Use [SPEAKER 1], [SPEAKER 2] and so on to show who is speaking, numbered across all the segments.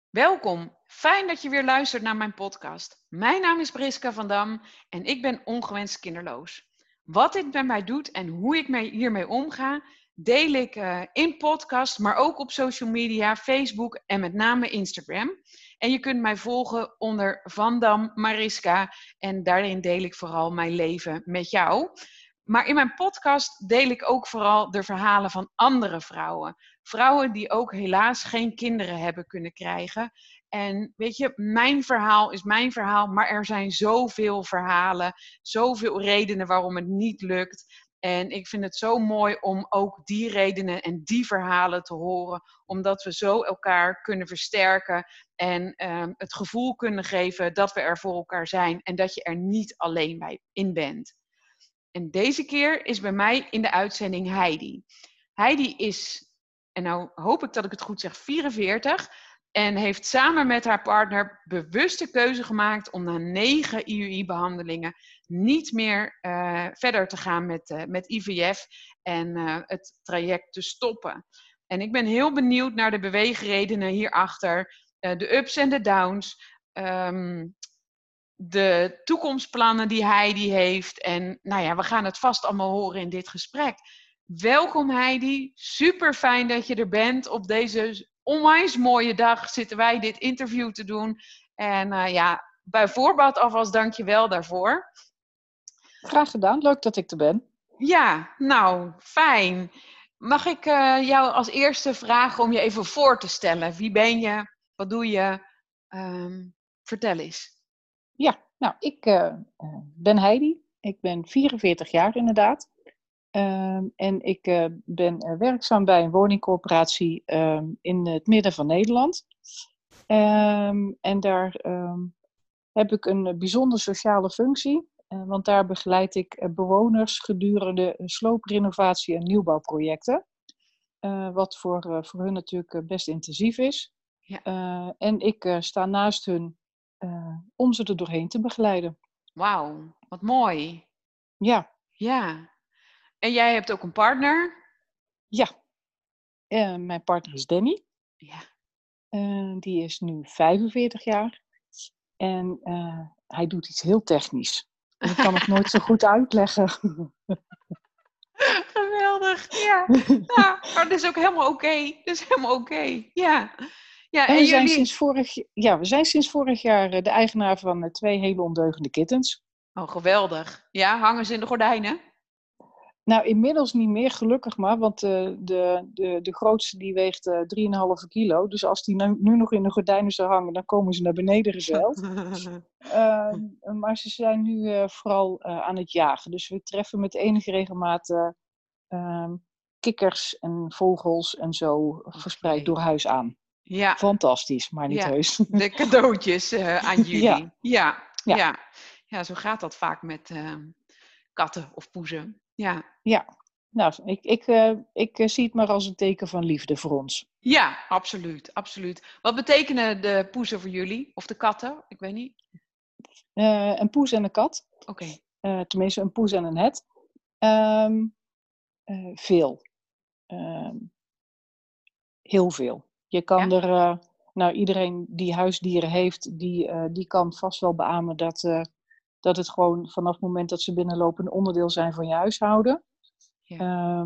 [SPEAKER 1] Welkom, fijn dat je weer luistert naar mijn podcast. Mijn naam is Briska van Dam en ik ben ongewenst kinderloos. Wat dit met mij doet en hoe ik hiermee omga, deel ik in podcast, maar ook op social media, Facebook en met name Instagram. En je kunt mij volgen onder Van Dam Mariska en daarin deel ik vooral mijn leven met jou. Maar in mijn podcast deel ik ook vooral de verhalen van andere vrouwen. Vrouwen die ook helaas geen kinderen hebben kunnen krijgen. En weet je, mijn verhaal is mijn verhaal, maar er zijn zoveel verhalen, zoveel redenen waarom het niet lukt. En ik vind het zo mooi om ook die redenen en die verhalen te horen, omdat we zo elkaar kunnen versterken en het gevoel kunnen geven dat we er voor elkaar zijn en dat je er niet alleen bij in bent. En deze keer is bij mij in de uitzending Heidi. Heidi is, en nou hoop ik dat ik het goed zeg, 44 en heeft samen met haar partner bewust de keuze gemaakt om na 9 IUI-behandelingen niet meer verder te gaan met IVF en het traject te stoppen. En ik ben heel benieuwd naar de beweegredenen hierachter, de ups en de downs, de toekomstplannen die Heidi heeft. En nou ja, we gaan het vast allemaal horen in dit gesprek. Welkom Heidi, super fijn dat je er bent. Op deze onwijs mooie dag zitten wij dit interview te doen. En ja, bij voorbaat alvast dank je wel daarvoor.
[SPEAKER 2] Graag gedaan, leuk dat ik er ben.
[SPEAKER 1] Ja, nou, fijn. Mag ik jou als eerste vragen om je even voor te stellen? Wie ben je? Wat doe je? Vertel eens.
[SPEAKER 2] Ja, nou, ik ben Heidi. Ik ben 44 jaar inderdaad. En ik ben werkzaam bij een woningcorporatie in het midden van Nederland. En daar heb ik een bijzonder sociale functie. Want daar begeleid ik bewoners gedurende slooprenovatie- en nieuwbouwprojecten. Wat voor hun natuurlijk best intensief is.
[SPEAKER 1] Ja.
[SPEAKER 2] En ik sta naast hun om ze er doorheen te begeleiden.
[SPEAKER 1] Wauw, wat mooi.
[SPEAKER 2] Ja,
[SPEAKER 1] Ja. En jij hebt ook een partner?
[SPEAKER 2] ja. Mijn partner is Danny.
[SPEAKER 1] Ja.
[SPEAKER 2] Die is nu 45 jaar. En hij doet iets heel technisch. En ik kan het nooit zo goed uitleggen.
[SPEAKER 1] Geweldig, ja. Ja, maar dat is ook helemaal oké. Dat is helemaal oké, ja. Ja,
[SPEAKER 2] En
[SPEAKER 1] en
[SPEAKER 2] we zijn
[SPEAKER 1] jullie...
[SPEAKER 2] sinds vorig jaar de eigenaar van 2 hele ondeugende kittens.
[SPEAKER 1] Oh, geweldig. Ja, hangen ze in de gordijnen?
[SPEAKER 2] Nou, inmiddels niet meer, gelukkig maar, want de grootste die weegt 3,5 kilo. Dus als die nu nog in de gordijnen zou hangen, dan komen ze naar beneden gezeild. Maar ze zijn nu vooral aan het jagen. Dus we treffen met enige regelmaat kikkers en vogels en zo verspreid door huis aan.
[SPEAKER 1] Ja.
[SPEAKER 2] Fantastisch, maar niet
[SPEAKER 1] Ja,
[SPEAKER 2] heus.
[SPEAKER 1] de cadeautjes aan jullie.
[SPEAKER 2] Ja.
[SPEAKER 1] Ja, zo gaat dat vaak met katten of poezen. Ja.
[SPEAKER 2] Ja. Nou, ik zie het maar als een teken van liefde voor ons.
[SPEAKER 1] Ja, absoluut, absoluut. Wat betekenen de poezen voor jullie? Of de katten? Ik weet niet.
[SPEAKER 2] Een poes en een kat.
[SPEAKER 1] Oké.
[SPEAKER 2] Tenminste, een poes en een het. Veel. Heel veel. Je kan
[SPEAKER 1] Ja?
[SPEAKER 2] er, nou iedereen die huisdieren heeft, die kan vast wel beamen dat het gewoon vanaf het moment dat ze binnenlopen een onderdeel zijn van je huishouden.
[SPEAKER 1] Ja.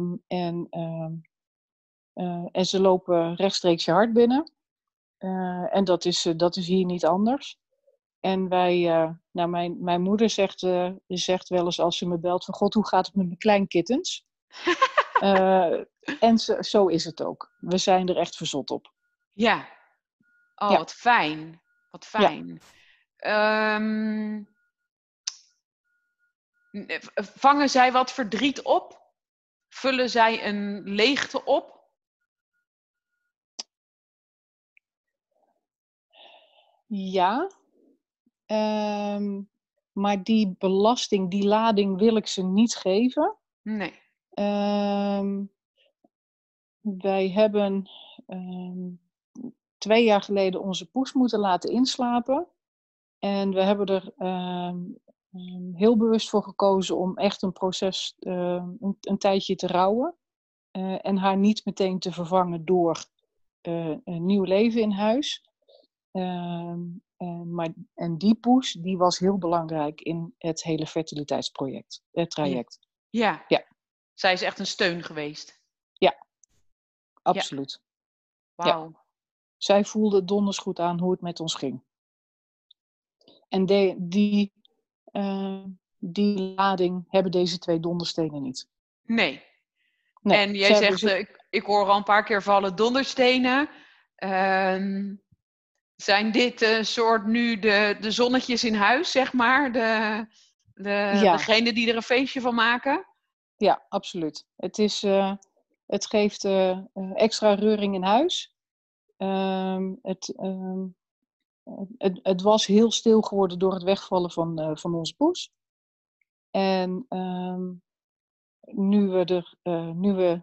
[SPEAKER 2] En ze lopen rechtstreeks je hart binnen. En dat is hier niet anders. En nou mijn moeder zegt wel eens als ze me belt van God, hoe gaat het met mijn kleinkittens? En zo is het ook. We zijn er echt verzot op.
[SPEAKER 1] Ja. Oh,
[SPEAKER 2] Ja.
[SPEAKER 1] wat fijn. Wat fijn. Vangen zij wat verdriet op? Vullen zij een leegte op?
[SPEAKER 2] Ja. Maar die belasting, die lading wil ik ze niet geven.
[SPEAKER 1] Nee.
[SPEAKER 2] Wij hebben 2 jaar geleden onze poes moeten laten inslapen. En we hebben er heel bewust voor gekozen om echt een proces een tijdje te rouwen. En haar niet meteen te vervangen door een nieuw leven in huis. En die poes, die was heel belangrijk in het hele fertiliteitsproject, het traject.
[SPEAKER 1] Ja.
[SPEAKER 2] Ja.
[SPEAKER 1] Zij is echt een steun geweest.
[SPEAKER 2] Ja, absoluut.
[SPEAKER 1] Wauw.
[SPEAKER 2] Ja. Zij voelde donders goed aan hoe het met ons ging. En die lading hebben deze 2 donderstenen niet.
[SPEAKER 1] Nee.
[SPEAKER 2] Nee,
[SPEAKER 1] En jij zegt, ik hoor al een paar keer vallen donderstenen. Zijn dit soort nu de zonnetjes in huis, zeg maar? Degene die er een feestje van maken?
[SPEAKER 2] Ja, absoluut. Het geeft extra reuring in huis. Het was heel stil geworden door het wegvallen van onze poes. En nu we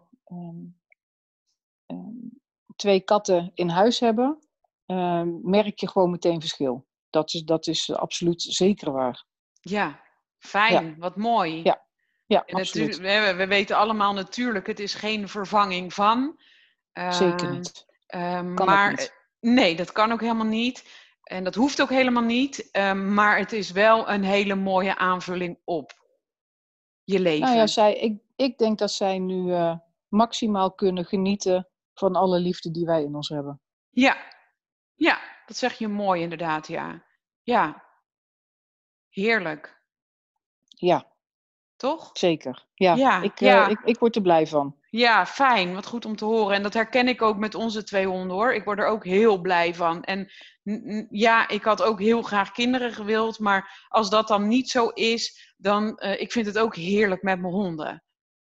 [SPEAKER 2] 2 katten in huis hebben, merk je gewoon meteen verschil. Dat is absoluut zeker waar.
[SPEAKER 1] Ja, fijn.
[SPEAKER 2] Ja.
[SPEAKER 1] Wat mooi.
[SPEAKER 2] Ja,
[SPEAKER 1] En
[SPEAKER 2] absoluut.
[SPEAKER 1] we weten allemaal natuurlijk, het is geen vervanging van.
[SPEAKER 2] Zeker niet.
[SPEAKER 1] Maar
[SPEAKER 2] ook niet.
[SPEAKER 1] Nee, dat kan ook helemaal niet. En dat hoeft ook helemaal niet. Maar het is wel een hele mooie aanvulling op je leven.
[SPEAKER 2] Nou ja, ik denk dat zij nu maximaal kunnen genieten van alle liefde die wij in ons hebben.
[SPEAKER 1] Ja, dat zeg je mooi inderdaad, ja. Ja, heerlijk.
[SPEAKER 2] Ja.
[SPEAKER 1] Toch?
[SPEAKER 2] Zeker. Ja. Ik word er blij van.
[SPEAKER 1] Ja, fijn. Wat goed om te horen. En dat herken ik ook met onze 2 honden hoor. Ik word er ook heel blij van. En ja, ik had ook heel graag kinderen gewild. Maar als dat dan niet zo is, dan ik vind het ook heerlijk met mijn honden.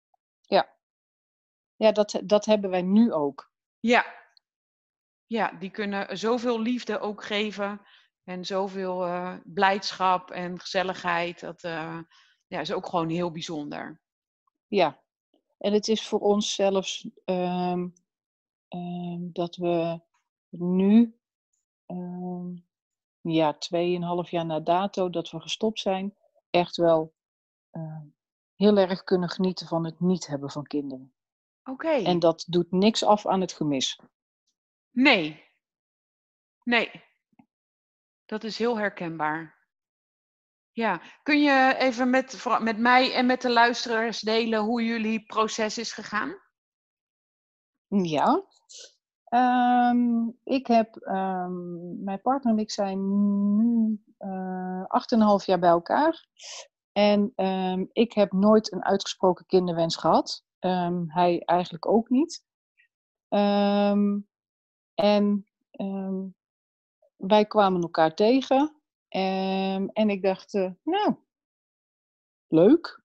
[SPEAKER 2] Ja, dat hebben wij nu ook.
[SPEAKER 1] Ja, die kunnen zoveel liefde ook geven. En zoveel blijdschap en gezelligheid. Dat is ook gewoon heel bijzonder.
[SPEAKER 2] Ja. En het is voor ons zelfs dat we nu, 2,5 jaar na dato dat we gestopt zijn, echt wel heel erg kunnen genieten van het niet hebben van kinderen.
[SPEAKER 1] Oké.
[SPEAKER 2] En dat doet niks af aan het gemis.
[SPEAKER 1] Nee. Dat is heel herkenbaar. Ja, kun je even met mij en met de luisteraars delen hoe jullie proces is gegaan?
[SPEAKER 2] Ja. Mijn partner en ik zijn nu 8,5 jaar bij elkaar. En ik heb nooit een uitgesproken kinderwens gehad. Hij eigenlijk ook niet. Wij kwamen elkaar tegen. En ik dacht, nou, leuk.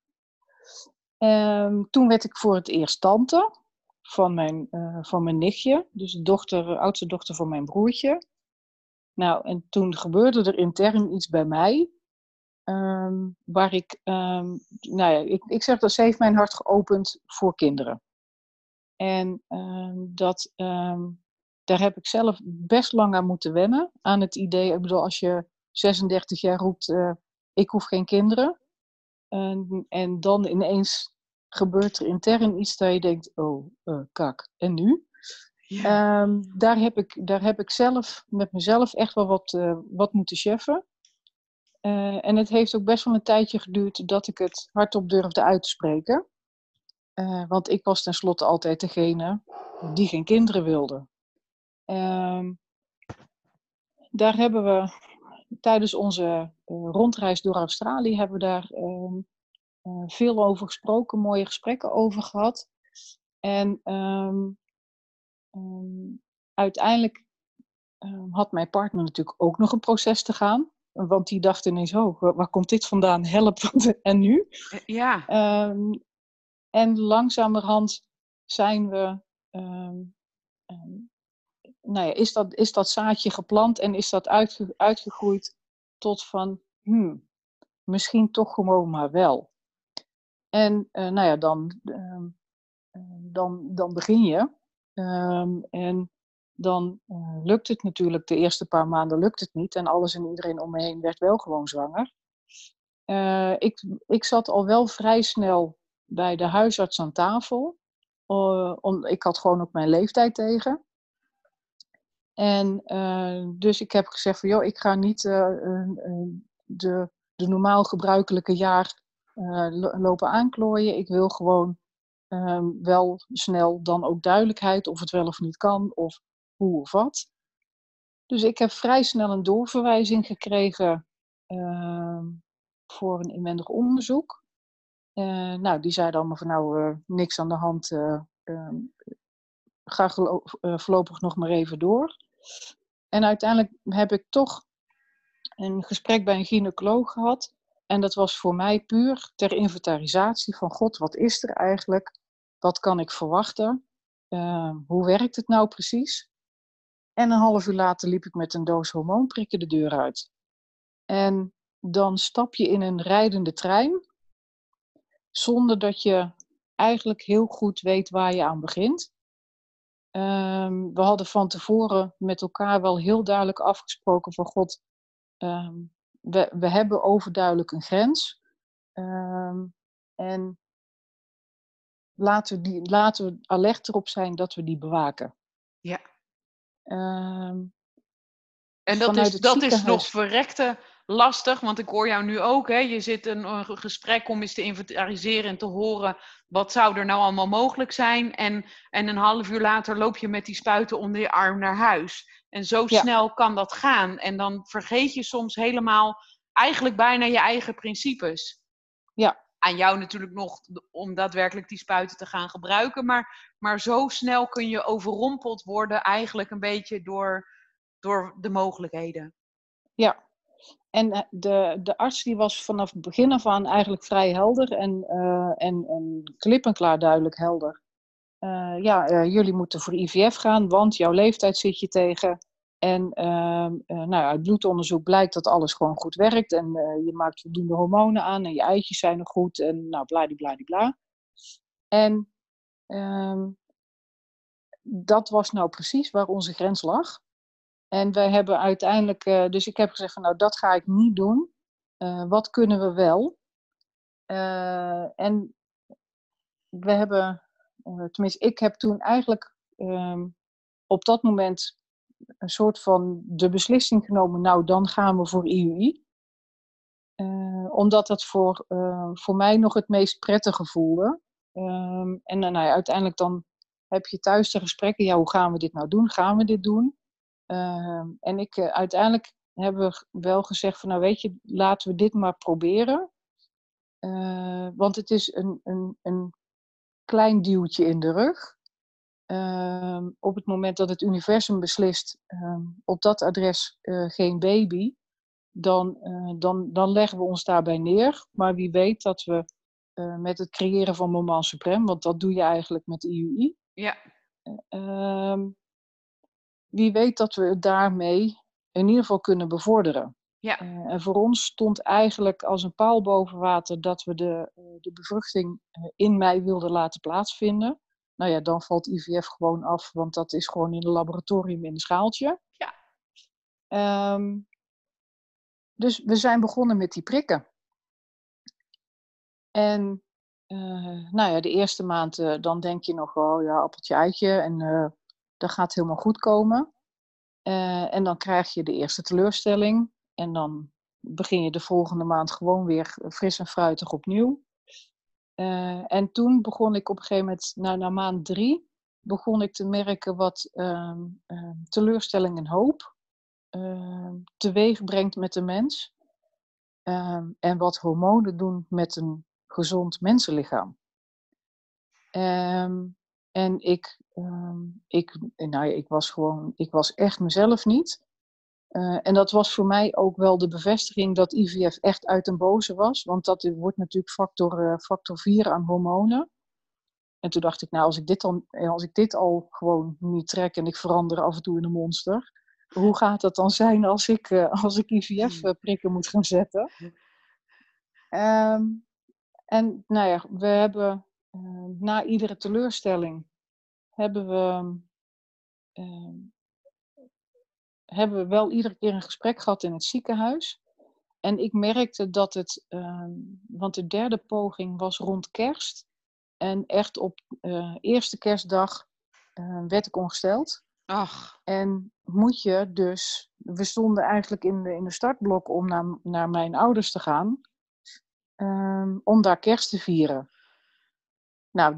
[SPEAKER 2] Toen werd ik voor het eerst tante van mijn nichtje. Dus de oudste dochter van mijn broertje. Nou, en toen gebeurde er intern iets bij mij. Waar ik zeg dat ze heeft mijn hart geopend voor kinderen. En daar heb ik zelf best lang aan moeten wennen. Aan het idee, ik bedoel, als je 36 jaar roept, ik hoef geen kinderen. En dan ineens gebeurt er intern iets dat je denkt, kak, en nu?
[SPEAKER 1] Ja.
[SPEAKER 2] Daar heb ik zelf met mezelf echt wel wat moeten cheffen. En het heeft ook best wel een tijdje geduurd dat ik het hardop durfde uit te spreken. Want ik was tenslotte altijd degene die geen kinderen wilde. Daar hebben we tijdens onze rondreis door Australië hebben we daar veel over gesproken, mooie gesprekken over gehad. En uiteindelijk had mijn partner natuurlijk ook nog een proces te gaan. Want die dacht ineens, waar komt dit vandaan? Help, en nu?
[SPEAKER 1] Ja.
[SPEAKER 2] En langzamerhand zijn we... is dat zaadje geplant en is dat uitgegroeid tot van... misschien toch gewoon maar wel. En dan begin je. En dan lukt het natuurlijk. De eerste paar maanden lukt het niet. En alles en iedereen om me heen werd wel gewoon zwanger. Ik zat al wel vrij snel bij de huisarts aan tafel. Ik had gewoon ook mijn leeftijd tegen. En dus ik heb gezegd van, joh, ik ga niet de normaal gebruikelijke jaar lopen aanklooien. Ik wil gewoon wel snel dan ook duidelijkheid of het wel of niet kan of hoe of wat. Dus ik heb vrij snel een doorverwijzing gekregen voor een inwendig onderzoek. Nou, die zeiden allemaal van niks aan de hand. Ga voorlopig nog maar even door. En uiteindelijk heb ik toch een gesprek bij een gynaecoloog gehad. En dat was voor mij puur ter inventarisatie van God, wat is er eigenlijk? Wat kan ik verwachten? Hoe werkt het nou precies? En een half uur later liep ik met een doos hormoonprikken de deur uit. En dan stap je in een rijdende trein, zonder dat je eigenlijk heel goed weet waar je aan begint. We hadden van tevoren met elkaar wel heel duidelijk afgesproken van God, we hebben overduidelijk een grens. En laten we alert erop zijn dat we die bewaken.
[SPEAKER 1] Ja.
[SPEAKER 2] En
[SPEAKER 1] dat is nog verrekte lastig, want ik hoor jou nu ook. Hè, je zit een gesprek om eens te inventariseren en te horen wat zou er nou allemaal mogelijk zijn. En een half uur later loop je met die spuiten onder je arm naar huis. En zo snel kan dat gaan. En dan vergeet je soms helemaal eigenlijk bijna je eigen principes.
[SPEAKER 2] Ja.
[SPEAKER 1] Aan jou natuurlijk nog om daadwerkelijk die spuiten te gaan gebruiken. Maar zo snel kun je overrompeld worden eigenlijk een beetje door de mogelijkheden.
[SPEAKER 2] Ja, en de arts die was vanaf het begin af aan eigenlijk vrij helder en klip en klaar duidelijk helder. Jullie moeten voor IVF gaan, want jouw leeftijd zit je tegen. En uit bloedonderzoek blijkt dat alles gewoon goed werkt. En je maakt voldoende hormonen aan en je eitjes zijn nog goed. En nou, bladibladibla. En dat was nou precies waar onze grens lag. En wij hebben uiteindelijk, dus ik heb gezegd van dat ga ik niet doen. Wat kunnen we wel? En we hebben, tenminste ik heb toen eigenlijk op dat moment een soort van de beslissing genomen, nou dan gaan we voor IUI. Omdat dat voor mij nog het meest prettige voelde. Uiteindelijk dan heb je thuis de gesprekken, hoe gaan we dit nou doen? Gaan we dit doen? En uiteindelijk hebben we wel gezegd van weet je, laten we dit maar proberen. Want het is een klein duwtje in de rug. Op het moment dat het universum beslist op dat adres geen baby, dan leggen we ons daarbij neer. Maar wie weet dat we met het creëren van Moment Suprême, want dat doe je eigenlijk met de IUI.
[SPEAKER 1] Ja.
[SPEAKER 2] Wie weet dat we het daarmee in ieder geval kunnen bevorderen.
[SPEAKER 1] Ja.
[SPEAKER 2] En voor ons stond eigenlijk als een paal boven water dat we de bevruchting in mei wilden laten plaatsvinden. Nou ja, dan valt IVF gewoon af, want dat is gewoon in een laboratorium in een schaaltje.
[SPEAKER 1] Ja.
[SPEAKER 2] Dus we zijn begonnen met die prikken. En de eerste maand dan denk je nog, appeltje eitje en dat gaat helemaal goed komen. En dan krijg je de eerste teleurstelling. En dan begin je de volgende maand gewoon weer fris en fruitig opnieuw. En toen begon ik op een gegeven moment, na maand 3, begon ik te merken wat teleurstelling en hoop teweeg brengt met de mens. En wat hormonen doen met een gezond mensenlichaam. En ik was echt mezelf niet. En dat was voor mij ook wel de bevestiging dat IVF echt uit den boze was. Want dat wordt natuurlijk factor 4 aan hormonen. En toen dacht ik, als ik dit al gewoon niet trek en ik verander af en toe in een monster. Hoe gaat dat dan zijn als ik IVF-prikken moet gaan zetten? We hebben na iedere teleurstelling hebben we wel iedere keer een gesprek gehad in het ziekenhuis. En ik merkte dat want de derde poging was rond kerst. En echt op eerste kerstdag werd ik ongesteld. En moet je dus... We stonden eigenlijk in de startblok om naar mijn ouders te gaan. Om daar kerst te vieren. Nou,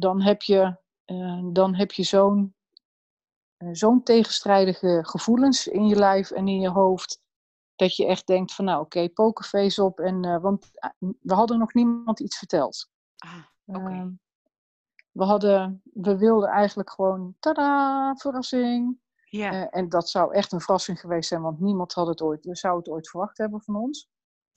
[SPEAKER 2] dan heb je zo'n tegenstrijdige gevoelens in je lijf en in je hoofd. Dat je echt denkt van nou oké, pokerface op. Want we hadden nog niemand iets verteld.
[SPEAKER 1] Oké.
[SPEAKER 2] We wilden eigenlijk gewoon, tada, verrassing.
[SPEAKER 1] Ja.
[SPEAKER 2] En dat zou echt een verrassing geweest zijn, want niemand zou het ooit verwacht hebben van ons.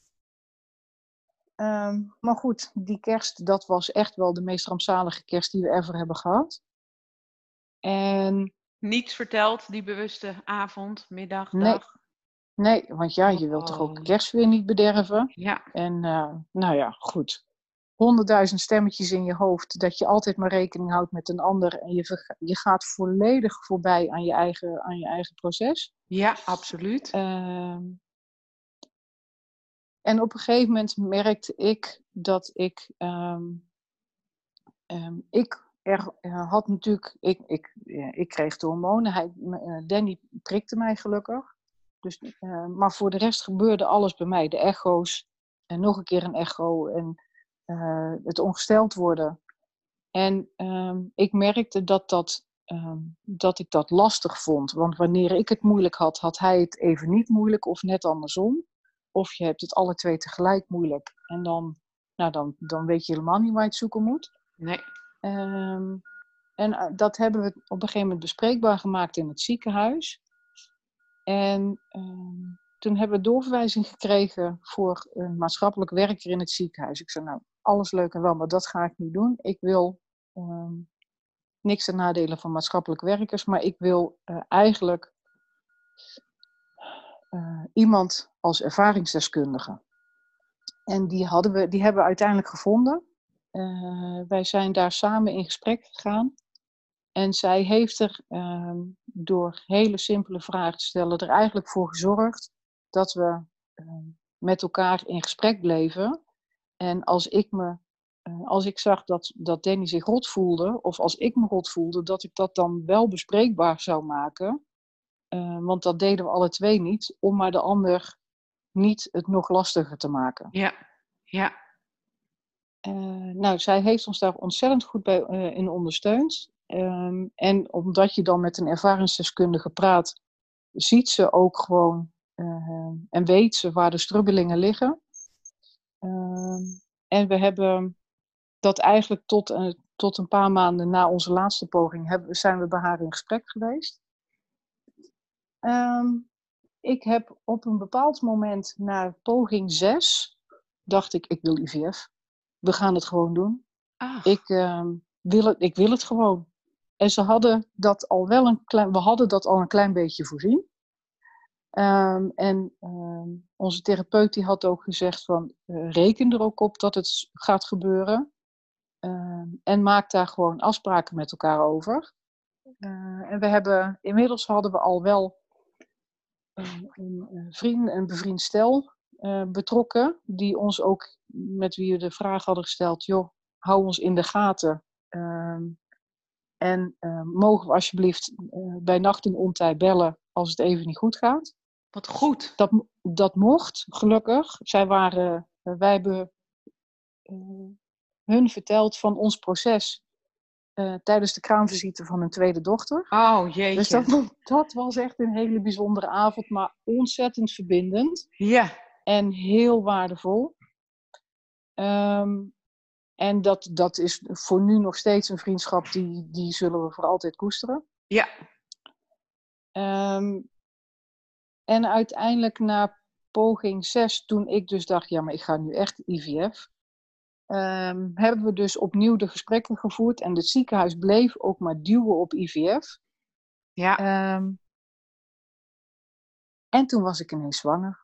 [SPEAKER 2] Maar goed, die kerst, dat was echt wel de meest rampzalige kerst die we ever hebben gehad. En
[SPEAKER 1] Niets verteld die bewuste avond, middag,
[SPEAKER 2] nee,
[SPEAKER 1] dag?
[SPEAKER 2] nee, want ja, je wilt toch ook de kerst weer niet bederven?
[SPEAKER 1] Ja.
[SPEAKER 2] En nou ja, goed. 100.000 stemmetjes in je hoofd, dat je altijd maar rekening houdt met een ander. En je gaat volledig voorbij aan je eigen proces.
[SPEAKER 1] Ja, absoluut.
[SPEAKER 2] En op een gegeven moment merkte ik dat had natuurlijk... Ik kreeg de hormonen. Danny prikte mij gelukkig. Dus, maar voor de rest gebeurde alles bij mij. De echo's. En nog een keer een echo. En het ongesteld worden. En ik merkte dat ik dat lastig vond. Want wanneer ik het moeilijk had, had hij het even niet moeilijk. Of net andersom. Of je hebt het alle twee tegelijk moeilijk. En dan weet je helemaal niet waar je het zoeken moet.
[SPEAKER 1] Nee.
[SPEAKER 2] En dat hebben we op een gegeven moment bespreekbaar gemaakt in het ziekenhuis. En toen hebben we doorverwijzing gekregen voor een maatschappelijk werker in het ziekenhuis. Ik zei, nou, alles leuk en wel, maar dat ga ik niet doen. Ik wil niks ten nadele van maatschappelijk werkers, maar ik wil eigenlijk iemand als ervaringsdeskundige. En die hebben we uiteindelijk gevonden. Wij zijn daar samen in gesprek gegaan. En zij heeft er door hele simpele vragen te stellen er eigenlijk voor gezorgd dat we met elkaar in gesprek bleven. En als ik zag dat Danny zich rot voelde, of als ik me rot voelde, dat ik dat dan wel bespreekbaar zou maken. Want dat deden we alle twee niet, om maar de ander niet het nog lastiger te maken.
[SPEAKER 1] Ja, ja.
[SPEAKER 2] Nou, zij heeft ons daar ontzettend goed bij in ondersteund. En omdat je dan met een ervaringsdeskundige praat, ziet ze ook gewoon en weet ze waar de strubbelingen liggen. En we hebben dat eigenlijk tot een paar maanden na onze laatste poging zijn we bij haar in gesprek geweest. Ik heb op een bepaald moment na poging 6, dacht ik wil IVF. We gaan het gewoon doen. Ik wil het gewoon. En we hadden dat al een klein beetje voorzien. Onze therapeut die had ook gezegd van reken er ook op dat het gaat gebeuren. En maak daar gewoon afspraken met elkaar over. En inmiddels hadden we al wel een bevriend stel betrokken. Die ons ook, met wie we de vraag hadden gesteld, joh, hou ons in de gaten. Mogen we alsjeblieft bij nacht en ontij bellen als het even niet goed gaat.
[SPEAKER 1] Wat goed.
[SPEAKER 2] Dat mocht, gelukkig. Wij hebben hun verteld van ons proces tijdens de kraamvisite van hun tweede dochter.
[SPEAKER 1] Oh, jeetje.
[SPEAKER 2] Dus dat was echt een hele bijzondere avond, maar ontzettend verbindend.
[SPEAKER 1] Ja.
[SPEAKER 2] En heel waardevol. En dat is voor nu nog steeds een vriendschap die zullen we voor altijd koesteren.
[SPEAKER 1] Ja.
[SPEAKER 2] En uiteindelijk na poging 6, toen ik dus dacht, ja, maar ik ga nu echt IVF. Hebben we dus opnieuw de gesprekken gevoerd. En het ziekenhuis bleef ook maar duwen op IVF.
[SPEAKER 1] Ja.
[SPEAKER 2] En toen was ik ineens zwanger.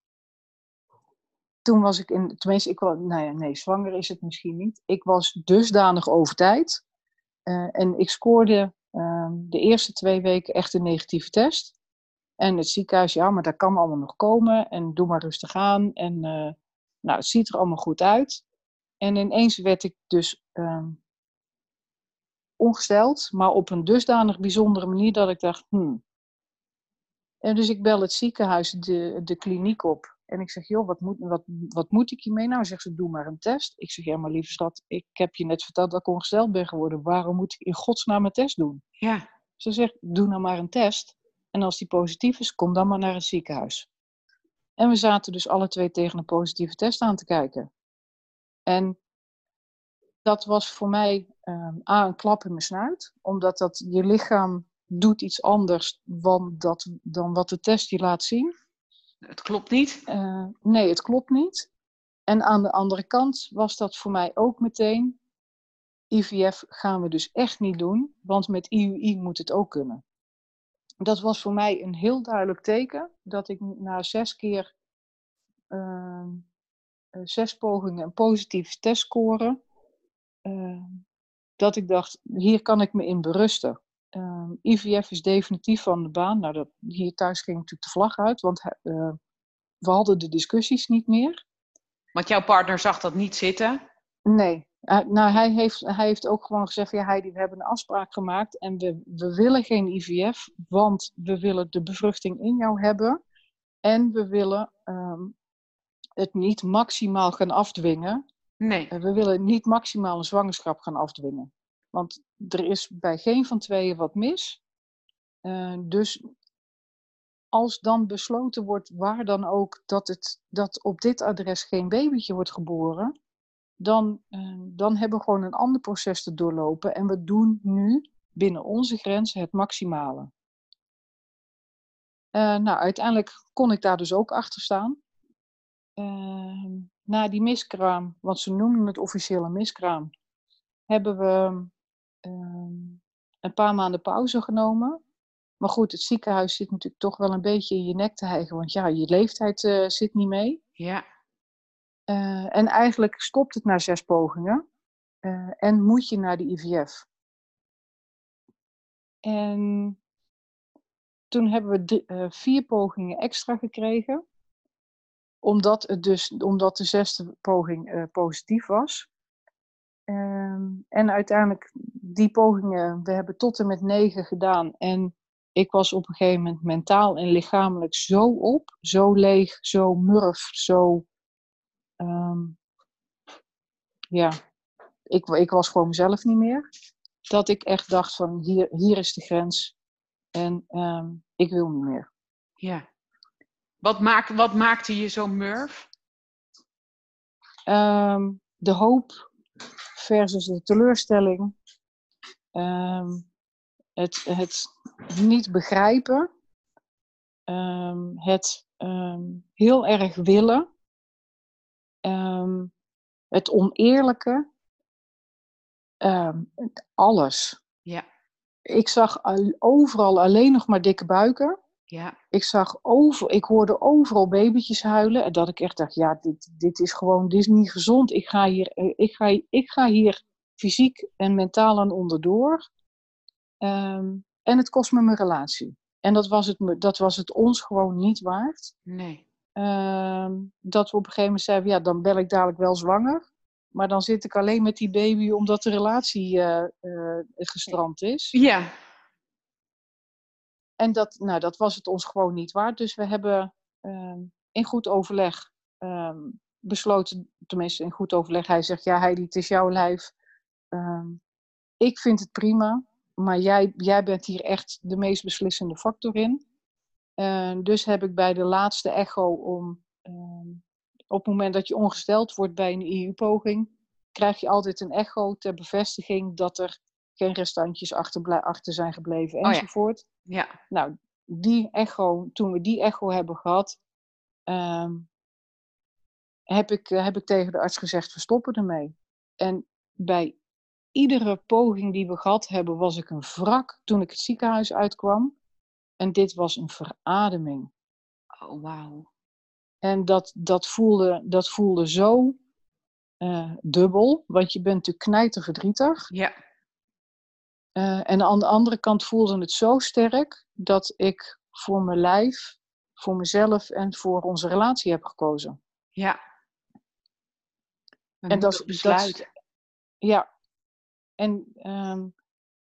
[SPEAKER 2] Toen was ik zwanger is het misschien niet. Ik was dusdanig over tijd. En ik scoorde de eerste 2 weken echt een negatieve test. En het ziekenhuis, ja, maar dat kan allemaal nog komen. En doe maar rustig aan. En het ziet er allemaal goed uit. En ineens werd ik dus ongesteld, maar op een dusdanig bijzondere manier dat ik dacht, En dus ik bel het ziekenhuis, de kliniek op. En ik zeg, joh, wat moet ik hiermee? Nou, zegt ze, doe maar een test. Ik zeg, ja, maar lieve schat, ik heb je net verteld dat ik ongesteld ben geworden. Waarom moet ik in godsnaam een test doen?
[SPEAKER 1] Ja.
[SPEAKER 2] Ze zegt, doe nou maar een test. En als die positief is, kom dan maar naar het ziekenhuis. En we zaten dus alle twee tegen een positieve test aan te kijken. En dat was voor mij een klap in mijn snuit. Omdat je lichaam doet iets anders dan wat de test je laat zien.
[SPEAKER 1] Het klopt niet.
[SPEAKER 2] Nee, het klopt niet. En aan de andere kant was dat voor mij ook meteen, IVF gaan we dus echt niet doen, want met IUI moet het ook kunnen. Dat was voor mij een heel duidelijk teken dat ik na 6 keer, 6 pogingen een positieve test scoren, dat ik dacht, hier kan ik me in berusten. IVF is definitief van de baan. Nou, hier thuis ging natuurlijk de vlag uit, want we hadden de discussies niet meer.
[SPEAKER 1] Want jouw partner zag dat niet zitten?
[SPEAKER 2] Nee. Nou, hij heeft ook gewoon gezegd, ja Heidi, we hebben een afspraak gemaakt en we willen geen IVF, want we willen de bevruchting in jou hebben en we willen het niet maximaal gaan afdwingen.
[SPEAKER 1] Nee.
[SPEAKER 2] We willen niet maximaal een zwangerschap gaan afdwingen. Want er is bij geen van tweeën wat mis. Dus als dan besloten wordt, waar dan ook, dat op dit adres geen babytje wordt geboren, dan hebben we gewoon een ander proces te doorlopen. En we doen nu binnen onze grenzen het maximale. Nou, uiteindelijk kon ik daar dus ook achter staan. Na die miskraam, want ze noemen het officieel een miskraam, hebben we een paar maanden pauze genomen. Maar goed, het ziekenhuis zit natuurlijk toch wel een beetje in je nek te hijgen, want ja, je leeftijd zit niet mee.
[SPEAKER 1] Ja.
[SPEAKER 2] En eigenlijk stopt het na 6 pogingen en moet je naar de IVF. En toen hebben we 4 pogingen extra gekregen, omdat de 6e poging positief was. En uiteindelijk die pogingen, we hebben tot en met 9 gedaan. En ik was op een gegeven moment mentaal en lichamelijk zo op, zo leeg, zo murf, zo... ja, ik was gewoon mezelf niet meer. Dat ik echt dacht van, hier is de grens. En ik wil niet meer.
[SPEAKER 1] Ja. Wat maakte je zo murf?
[SPEAKER 2] De hoop versus de teleurstelling. Het niet begrijpen. Het heel erg willen. Het oneerlijke. Alles.
[SPEAKER 1] Ja.
[SPEAKER 2] Ik zag overal alleen nog maar dikke buiken.
[SPEAKER 1] Ja.
[SPEAKER 2] Ik hoorde overal babytjes huilen. En dat ik echt dacht, ja, dit is niet gezond. Ik ga hier fysiek en mentaal aan onderdoor. En het kost me mijn relatie. En dat was het ons gewoon niet waard.
[SPEAKER 1] Nee.
[SPEAKER 2] Dat we op een gegeven moment zeiden, ja, dan ben ik dadelijk wel zwanger. Maar dan zit ik alleen met die baby omdat de relatie gestrand is.
[SPEAKER 1] Ja.
[SPEAKER 2] En dat was het ons gewoon niet waard. Dus we hebben in goed overleg besloten, tenminste in goed overleg. Hij zegt, ja Heidi, het is jouw lijf. Ik vind het prima. Maar jij bent hier echt de meest beslissende factor in. Dus heb ik bij de laatste echo op het moment dat je ongesteld wordt bij een IU-poging, krijg je altijd een echo ter bevestiging dat er geen restantjes achter zijn gebleven enzovoort.
[SPEAKER 1] Ja.
[SPEAKER 2] Nou, toen we die echo hebben gehad, heb ik tegen de arts gezegd, we stoppen ermee. En bij iedere poging die we gehad hebben, was ik een wrak toen ik het ziekenhuis uitkwam. En dit was een verademing.
[SPEAKER 1] Oh, wauw.
[SPEAKER 2] En dat voelde zo dubbel, want je bent natuurlijk knijterverdrietig.
[SPEAKER 1] Ja.
[SPEAKER 2] En aan de andere kant voelde het zo sterk dat ik voor mijn lijf, voor mezelf en voor onze relatie heb gekozen.
[SPEAKER 1] Ja.
[SPEAKER 2] En dat besluit. Ja. En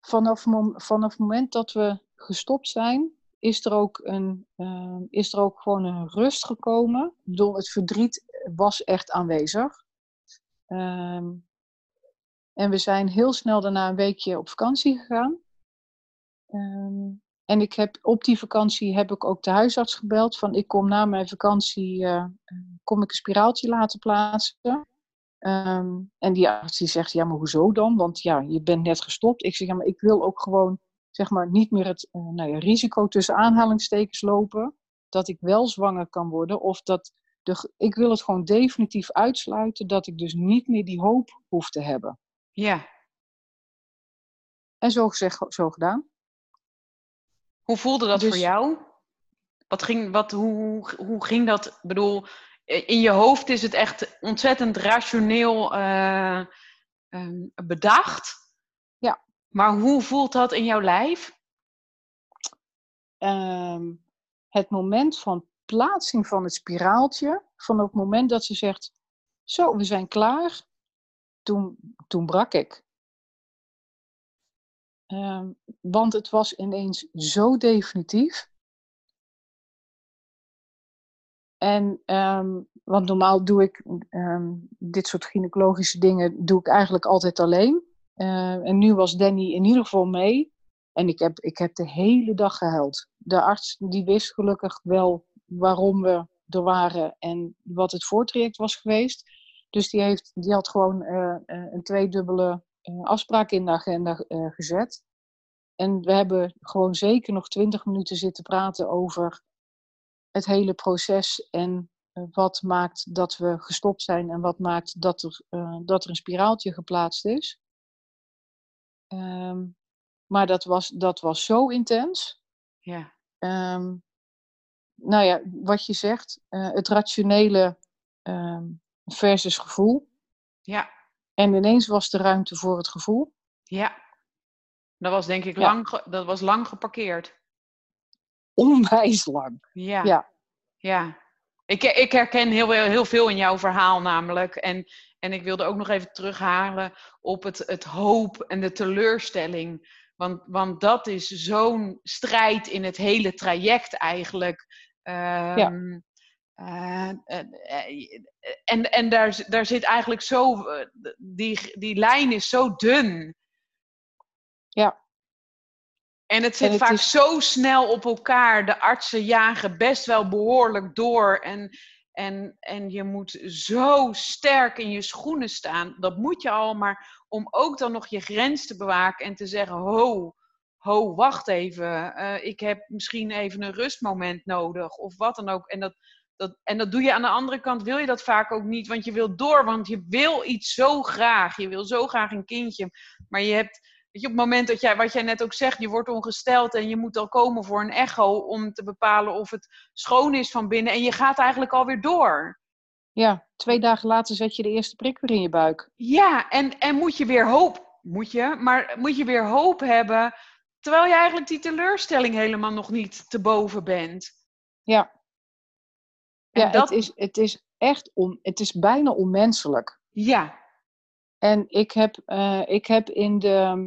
[SPEAKER 2] vanaf het moment dat we gestopt zijn, is er ook gewoon een rust gekomen. Ik bedoel, het verdriet was echt aanwezig. En we zijn heel snel daarna een weekje op vakantie gegaan. En op die vakantie heb ik ook de huisarts gebeld. Van ik kom na mijn vakantie kom ik een spiraaltje laten plaatsen. En die arts die zegt, ja, maar hoezo dan? Want ja, je bent net gestopt. Ik zeg, ja, maar ik wil ook gewoon, zeg maar, niet meer het risico tussen aanhalingstekens lopen. Dat ik wel zwanger kan worden. Of ik wil het gewoon definitief uitsluiten dat ik dus niet meer die hoop hoef te hebben.
[SPEAKER 1] Ja.
[SPEAKER 2] En zo gezegd, zo gedaan.
[SPEAKER 1] Hoe voelde dat
[SPEAKER 2] Dus,
[SPEAKER 1] voor jou? Hoe ging dat? Ik bedoel, in je hoofd is het echt ontzettend rationeel bedacht.
[SPEAKER 2] Ja.
[SPEAKER 1] Maar hoe voelt dat in jouw lijf?
[SPEAKER 2] Het moment van plaatsing van het spiraaltje, vanaf het moment dat ze zegt, zo, we zijn klaar, toen brak ik. Want het was ineens zo definitief. En, want normaal doe ik dit soort gynaecologische dingen doe ik eigenlijk altijd alleen. En nu was Danny in ieder geval mee. En ik heb de hele dag gehuild. De arts die wist gelukkig wel waarom we er waren en wat het voortraject was geweest. Dus die had gewoon een tweedubbele afspraak in de agenda gezet. En we hebben gewoon zeker nog 20 minuten zitten praten over het hele proces en wat maakt dat we gestopt zijn en wat maakt dat er een spiraaltje geplaatst is. Maar dat was zo intens.
[SPEAKER 1] Ja.
[SPEAKER 2] Nou ja, wat je zegt, het rationele versus gevoel.
[SPEAKER 1] Ja.
[SPEAKER 2] En ineens was er ruimte voor het gevoel.
[SPEAKER 1] Ja. Dat was denk ik lang geparkeerd.
[SPEAKER 2] Onwijs lang.
[SPEAKER 1] Ja. Ja. Ik herken heel veel in jouw verhaal namelijk. En ik wilde ook nog even terughalen op het hoop en de teleurstelling. Want dat is zo'n strijd in het hele traject eigenlijk. En daar zit eigenlijk zo... Die lijn is zo dun.
[SPEAKER 2] Ja.
[SPEAKER 1] En het zit vaak zo snel op elkaar. De artsen jagen best wel behoorlijk door. En je moet zo sterk in je schoenen staan. Dat moet je al, maar om ook dan nog je grens te bewaken en te zeggen: ho, wacht even. Ik heb misschien even een rustmoment nodig. Of wat dan ook. En dat doe je aan de andere kant, wil je dat vaak ook niet. Want je wil door, want je wil iets zo graag. Je wil zo graag een kindje. Maar je hebt... Weet je, op het moment dat wat jij net ook zegt, je wordt ongesteld en je moet al komen voor een echo om te bepalen of het schoon is van binnen en je gaat eigenlijk alweer door.
[SPEAKER 2] Ja, 2 dagen later zet je de eerste prik weer in je buik.
[SPEAKER 1] Ja, en moet je weer hoop hebben, terwijl je eigenlijk die teleurstelling helemaal nog niet te boven bent.
[SPEAKER 2] Ja.
[SPEAKER 1] En
[SPEAKER 2] Het is bijna onmenselijk.
[SPEAKER 1] Ja.
[SPEAKER 2] En ik heb in de,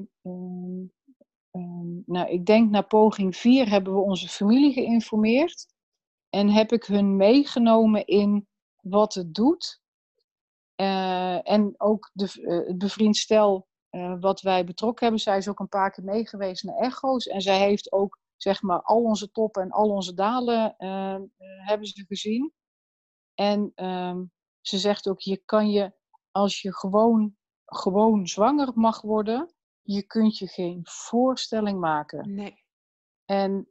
[SPEAKER 2] ik denk na poging 4 hebben we onze familie geïnformeerd. En heb ik hun meegenomen in wat het doet. En ook het bevriend stel wat wij betrokken hebben. Zij is ook een paar keer meegeweest naar echo's. En zij heeft ook, zeg maar, al onze toppen en al onze dalen hebben ze gezien. En ze zegt ook, als je gewoon zwanger mag worden, je kunt je geen voorstelling maken.
[SPEAKER 1] Nee.
[SPEAKER 2] En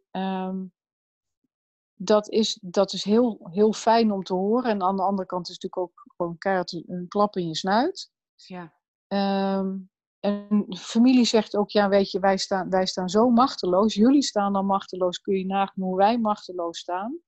[SPEAKER 2] dat is heel, heel fijn om te horen. En aan de andere kant is het natuurlijk ook gewoon keihard een klap in je snuit.
[SPEAKER 1] Ja.
[SPEAKER 2] En de familie zegt ook, ja, weet je, wij staan zo machteloos. Jullie staan dan machteloos. Kun je nagaan hoe wij machteloos staan.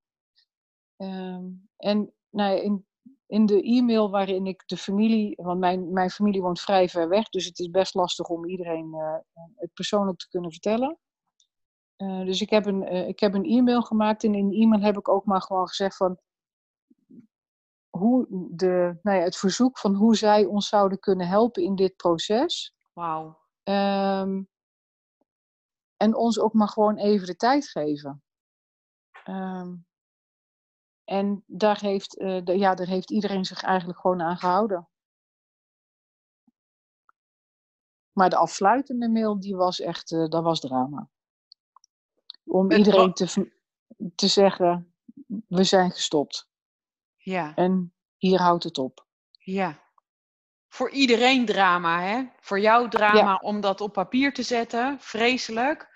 [SPEAKER 2] En nou ja, in de e-mail waarin ik de familie... Want mijn familie woont vrij ver weg. Dus het is best lastig om iedereen het persoonlijk te kunnen vertellen. Dus ik heb een e-mail gemaakt. En in de e-mail heb ik ook maar gewoon gezegd van... het verzoek van hoe zij ons zouden kunnen helpen in dit proces.
[SPEAKER 1] Wauw.
[SPEAKER 2] En ons ook maar gewoon even de tijd geven. En daar heeft iedereen zich eigenlijk gewoon aan gehouden. Maar de afsluitende mail, die was echt, dat was drama. Om iedereen te zeggen, we zijn gestopt.
[SPEAKER 1] Ja.
[SPEAKER 2] En hier houdt het op.
[SPEAKER 1] Ja. Voor iedereen drama, hè? Voor jou drama om dat op papier te zetten. Vreselijk.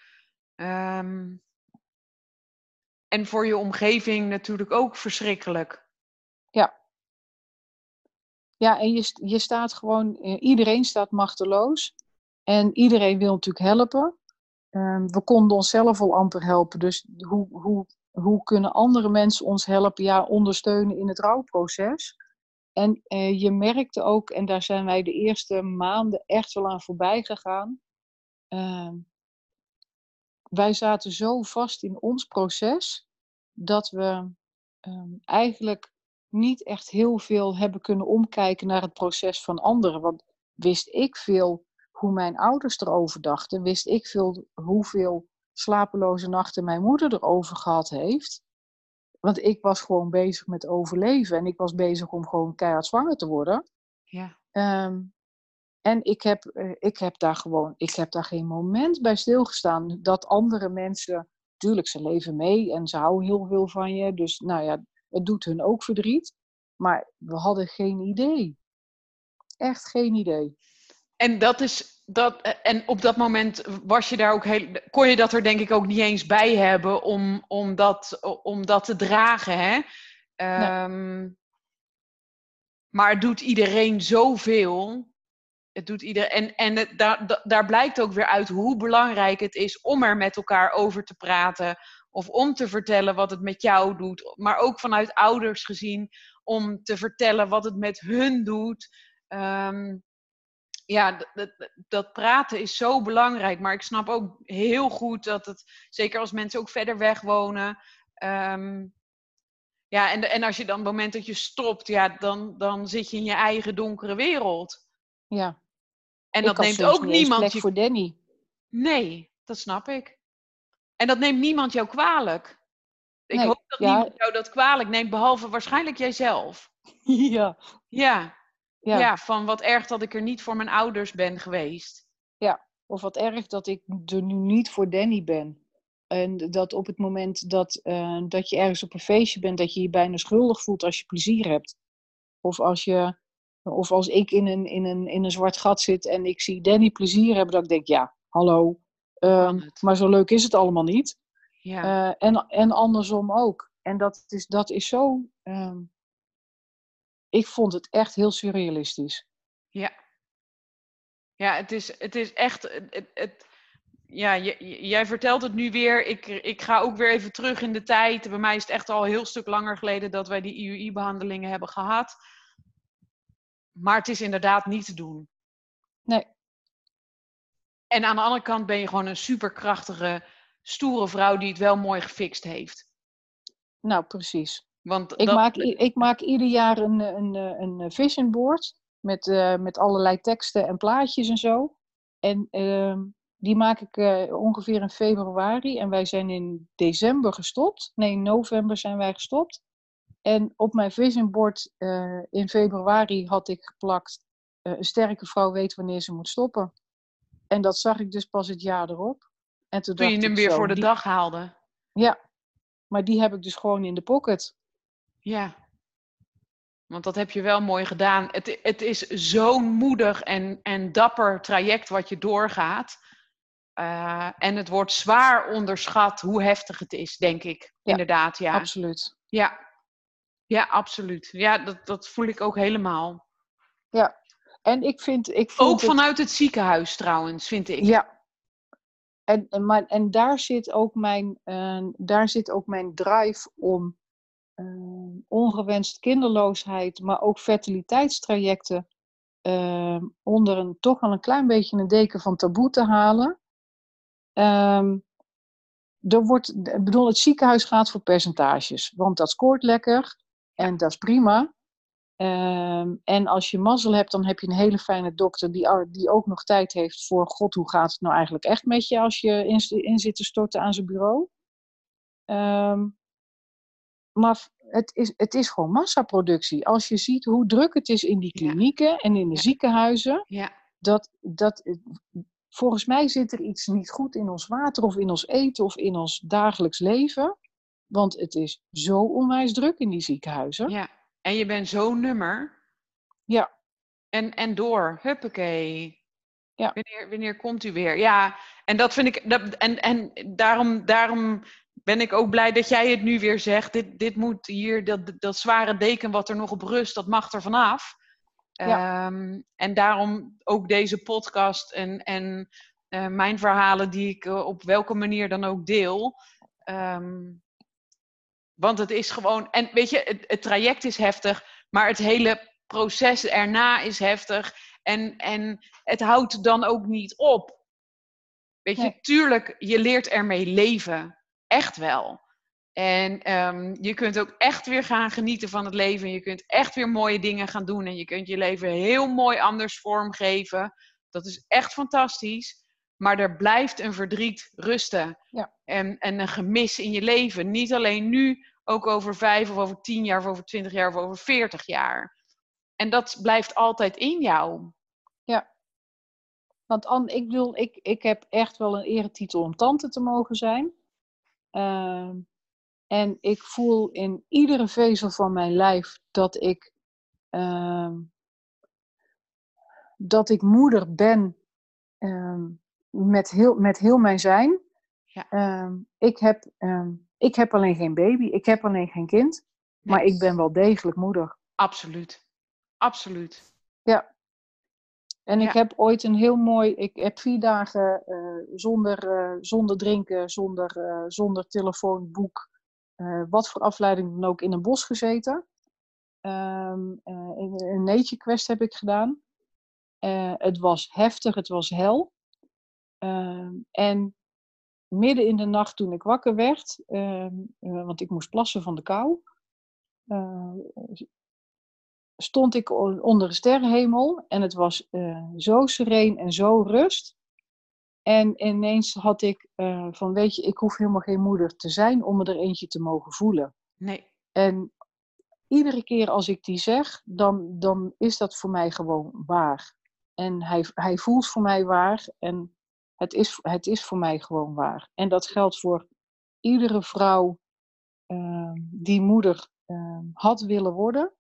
[SPEAKER 1] En voor je omgeving natuurlijk ook verschrikkelijk.
[SPEAKER 2] Ja. Ja, en je staat gewoon, iedereen staat machteloos. En iedereen wil natuurlijk helpen. We konden onszelf al amper helpen. Dus hoe kunnen andere mensen ons helpen? Ja, ondersteunen in het rouwproces. En je merkte ook, en daar zijn wij de eerste maanden echt wel aan voorbij gegaan. Wij zaten zo vast in ons proces dat we eigenlijk niet echt heel veel hebben kunnen omkijken naar het proces van anderen. Want wist ik veel hoe mijn ouders erover dachten, wist ik veel hoeveel slapeloze nachten mijn moeder erover gehad heeft. Want ik was gewoon bezig met overleven en ik was bezig om gewoon keihard zwanger te worden.
[SPEAKER 1] Ja.
[SPEAKER 2] En ik heb daar geen moment bij stilgestaan dat andere mensen, natuurlijk, ze leven mee en ze houden heel veel van je. Dus nou ja, het doet hun ook verdriet. Maar we hadden geen idee. Echt geen idee.
[SPEAKER 1] En op dat moment was je daar ook kon je dat er denk ik ook niet eens bij hebben om dat te dragen, hè?
[SPEAKER 2] Nee.
[SPEAKER 1] Maar het doet iedereen zoveel. Het doet iedereen. En daar blijkt ook weer uit hoe belangrijk het is om er met elkaar over te praten. Of om te vertellen wat het met jou doet. Maar ook vanuit ouders gezien. Om te vertellen wat het met hun doet. Dat praten is zo belangrijk. Maar ik snap ook heel goed dat het, zeker als mensen ook verder weg wonen. En als je dan op het moment dat je stopt, dan zit je in je eigen donkere wereld.
[SPEAKER 2] Ja.
[SPEAKER 1] En dat neemt ook niemand
[SPEAKER 2] plek voor Danny.
[SPEAKER 1] Nee, dat snap ik. En dat neemt niemand jou kwalijk. Ik hoop dat niemand jou dat kwalijk neemt, behalve waarschijnlijk jijzelf.
[SPEAKER 2] Ja.
[SPEAKER 1] Ja, van wat erg dat ik er niet voor mijn ouders ben geweest.
[SPEAKER 2] Ja, of wat erg dat ik er nu niet voor Danny ben. En dat op het moment dat je ergens op een feestje bent, dat je je bijna schuldig voelt als je plezier hebt. Of als ik in een zwart gat zit en ik zie Danny plezier hebben, dat ik denk, ja, hallo. Maar zo leuk is het allemaal niet.
[SPEAKER 1] Ja.
[SPEAKER 2] En andersom ook. En dat is zo... ik vond het echt heel surrealistisch.
[SPEAKER 1] Ja. Ja, het is echt... jij vertelt het nu weer. Ik ga ook weer even terug in de tijd. Bij mij is het echt al een heel stuk langer geleden dat wij die IUI-behandelingen hebben gehad. Maar het is inderdaad niet te doen.
[SPEAKER 2] Nee.
[SPEAKER 1] En aan de andere kant ben je gewoon een superkrachtige, stoere vrouw die het wel mooi gefixt heeft.
[SPEAKER 2] Nou, precies.
[SPEAKER 1] Want
[SPEAKER 2] ik maak ieder jaar een vision board met allerlei teksten en plaatjes en zo. En die maak ik ongeveer in februari. En wij zijn in december gestopt. Nee, in november zijn wij gestopt. En op mijn vision board in februari had ik geplakt: een sterke vrouw weet wanneer ze moet stoppen. En dat zag ik dus pas het jaar erop. En toen
[SPEAKER 1] je hem weer voor de dag haalde.
[SPEAKER 2] Ja, maar die heb ik dus gewoon in de pocket.
[SPEAKER 1] Ja, want dat heb je wel mooi gedaan. Het is zo'n moedig en dapper traject wat je doorgaat. En het wordt zwaar onderschat hoe heftig het is, denk ik.
[SPEAKER 2] Ja,
[SPEAKER 1] inderdaad, ja.
[SPEAKER 2] Absoluut.
[SPEAKER 1] Ja, absoluut. Ja, dat voel ik ook helemaal.
[SPEAKER 2] Ja, en ik vind
[SPEAKER 1] ook vanuit het ziekenhuis trouwens, vind ik.
[SPEAKER 2] Ja. En daar zit ook mijn drive om ongewenst kinderloosheid, maar ook fertiliteitstrajecten onder toch wel een klein beetje een deken van taboe te halen. Het ziekenhuis gaat voor percentages, want dat scoort lekker en dat is prima. En als je mazzel hebt, dan heb je een hele fijne dokter die ook nog tijd heeft voor... God, hoe gaat het nou eigenlijk echt met je als je in zit te storten aan zijn bureau? Maar het is gewoon massaproductie. Als je ziet hoe druk het is in die
[SPEAKER 1] Ja.
[SPEAKER 2] klinieken en in de ziekenhuizen...
[SPEAKER 1] Ja.
[SPEAKER 2] Volgens mij zit er iets niet goed in ons water of in ons eten of in ons dagelijks leven. Want het is zo onwijs druk in die ziekenhuizen.
[SPEAKER 1] Ja. En je bent zo'n nummer.
[SPEAKER 2] Ja.
[SPEAKER 1] En door. Huppakee.
[SPEAKER 2] Ja.
[SPEAKER 1] Wanneer komt u weer? Ja, en dat vind ik. En daarom ben ik ook blij dat jij het nu weer zegt. Dit moet hier, dat zware deken wat er nog op rust, dat mag er vanaf.
[SPEAKER 2] Ja.
[SPEAKER 1] En daarom ook deze podcast en mijn verhalen die ik op welke manier dan ook deel. Want het is gewoon. En weet je, het traject is heftig, maar het hele proces erna is heftig. En het houdt dan ook niet op. Weet je, tuurlijk, je leert ermee leven. Echt wel. En je kunt ook echt weer gaan genieten van het leven. Je kunt echt weer mooie dingen gaan doen. En je kunt je leven heel mooi anders vormgeven. Dat is echt fantastisch. Maar er blijft een verdriet rusten.
[SPEAKER 2] Ja.
[SPEAKER 1] En een gemis in je leven. Niet alleen nu, ook over 5 of over 10 jaar of over 20 jaar of over 40 jaar. En dat blijft altijd in jou.
[SPEAKER 2] Ja. Want ik heb echt wel een eretitel om tante te mogen zijn. En ik voel in iedere vezel van mijn lijf dat ik moeder ben met heel mijn zijn.
[SPEAKER 1] Ja.
[SPEAKER 2] Ik heb alleen geen baby, ik heb alleen geen kind.
[SPEAKER 1] Nee.
[SPEAKER 2] Maar ik ben wel degelijk moeder.
[SPEAKER 1] Absoluut. Absoluut.
[SPEAKER 2] Ja. En ik heb ooit ik heb 4 dagen zonder drinken, zonder telefoon, boek, wat voor afleiding dan ook, in een bos gezeten. Een nature quest heb ik gedaan. Het was heftig, het was hel. En midden in de nacht toen ik wakker werd, want ik moest plassen van de kou, stond ik onder een sterrenhemel en het was zo sereen en zo rust. En ineens had ik van, weet je, ik hoef helemaal geen moeder te zijn om er eentje te mogen voelen.
[SPEAKER 1] Nee.
[SPEAKER 2] En iedere keer als ik die zeg, dan is dat voor mij gewoon waar. En hij voelt voor mij waar en het is voor mij gewoon waar. En dat geldt voor iedere vrouw die moeder had willen worden.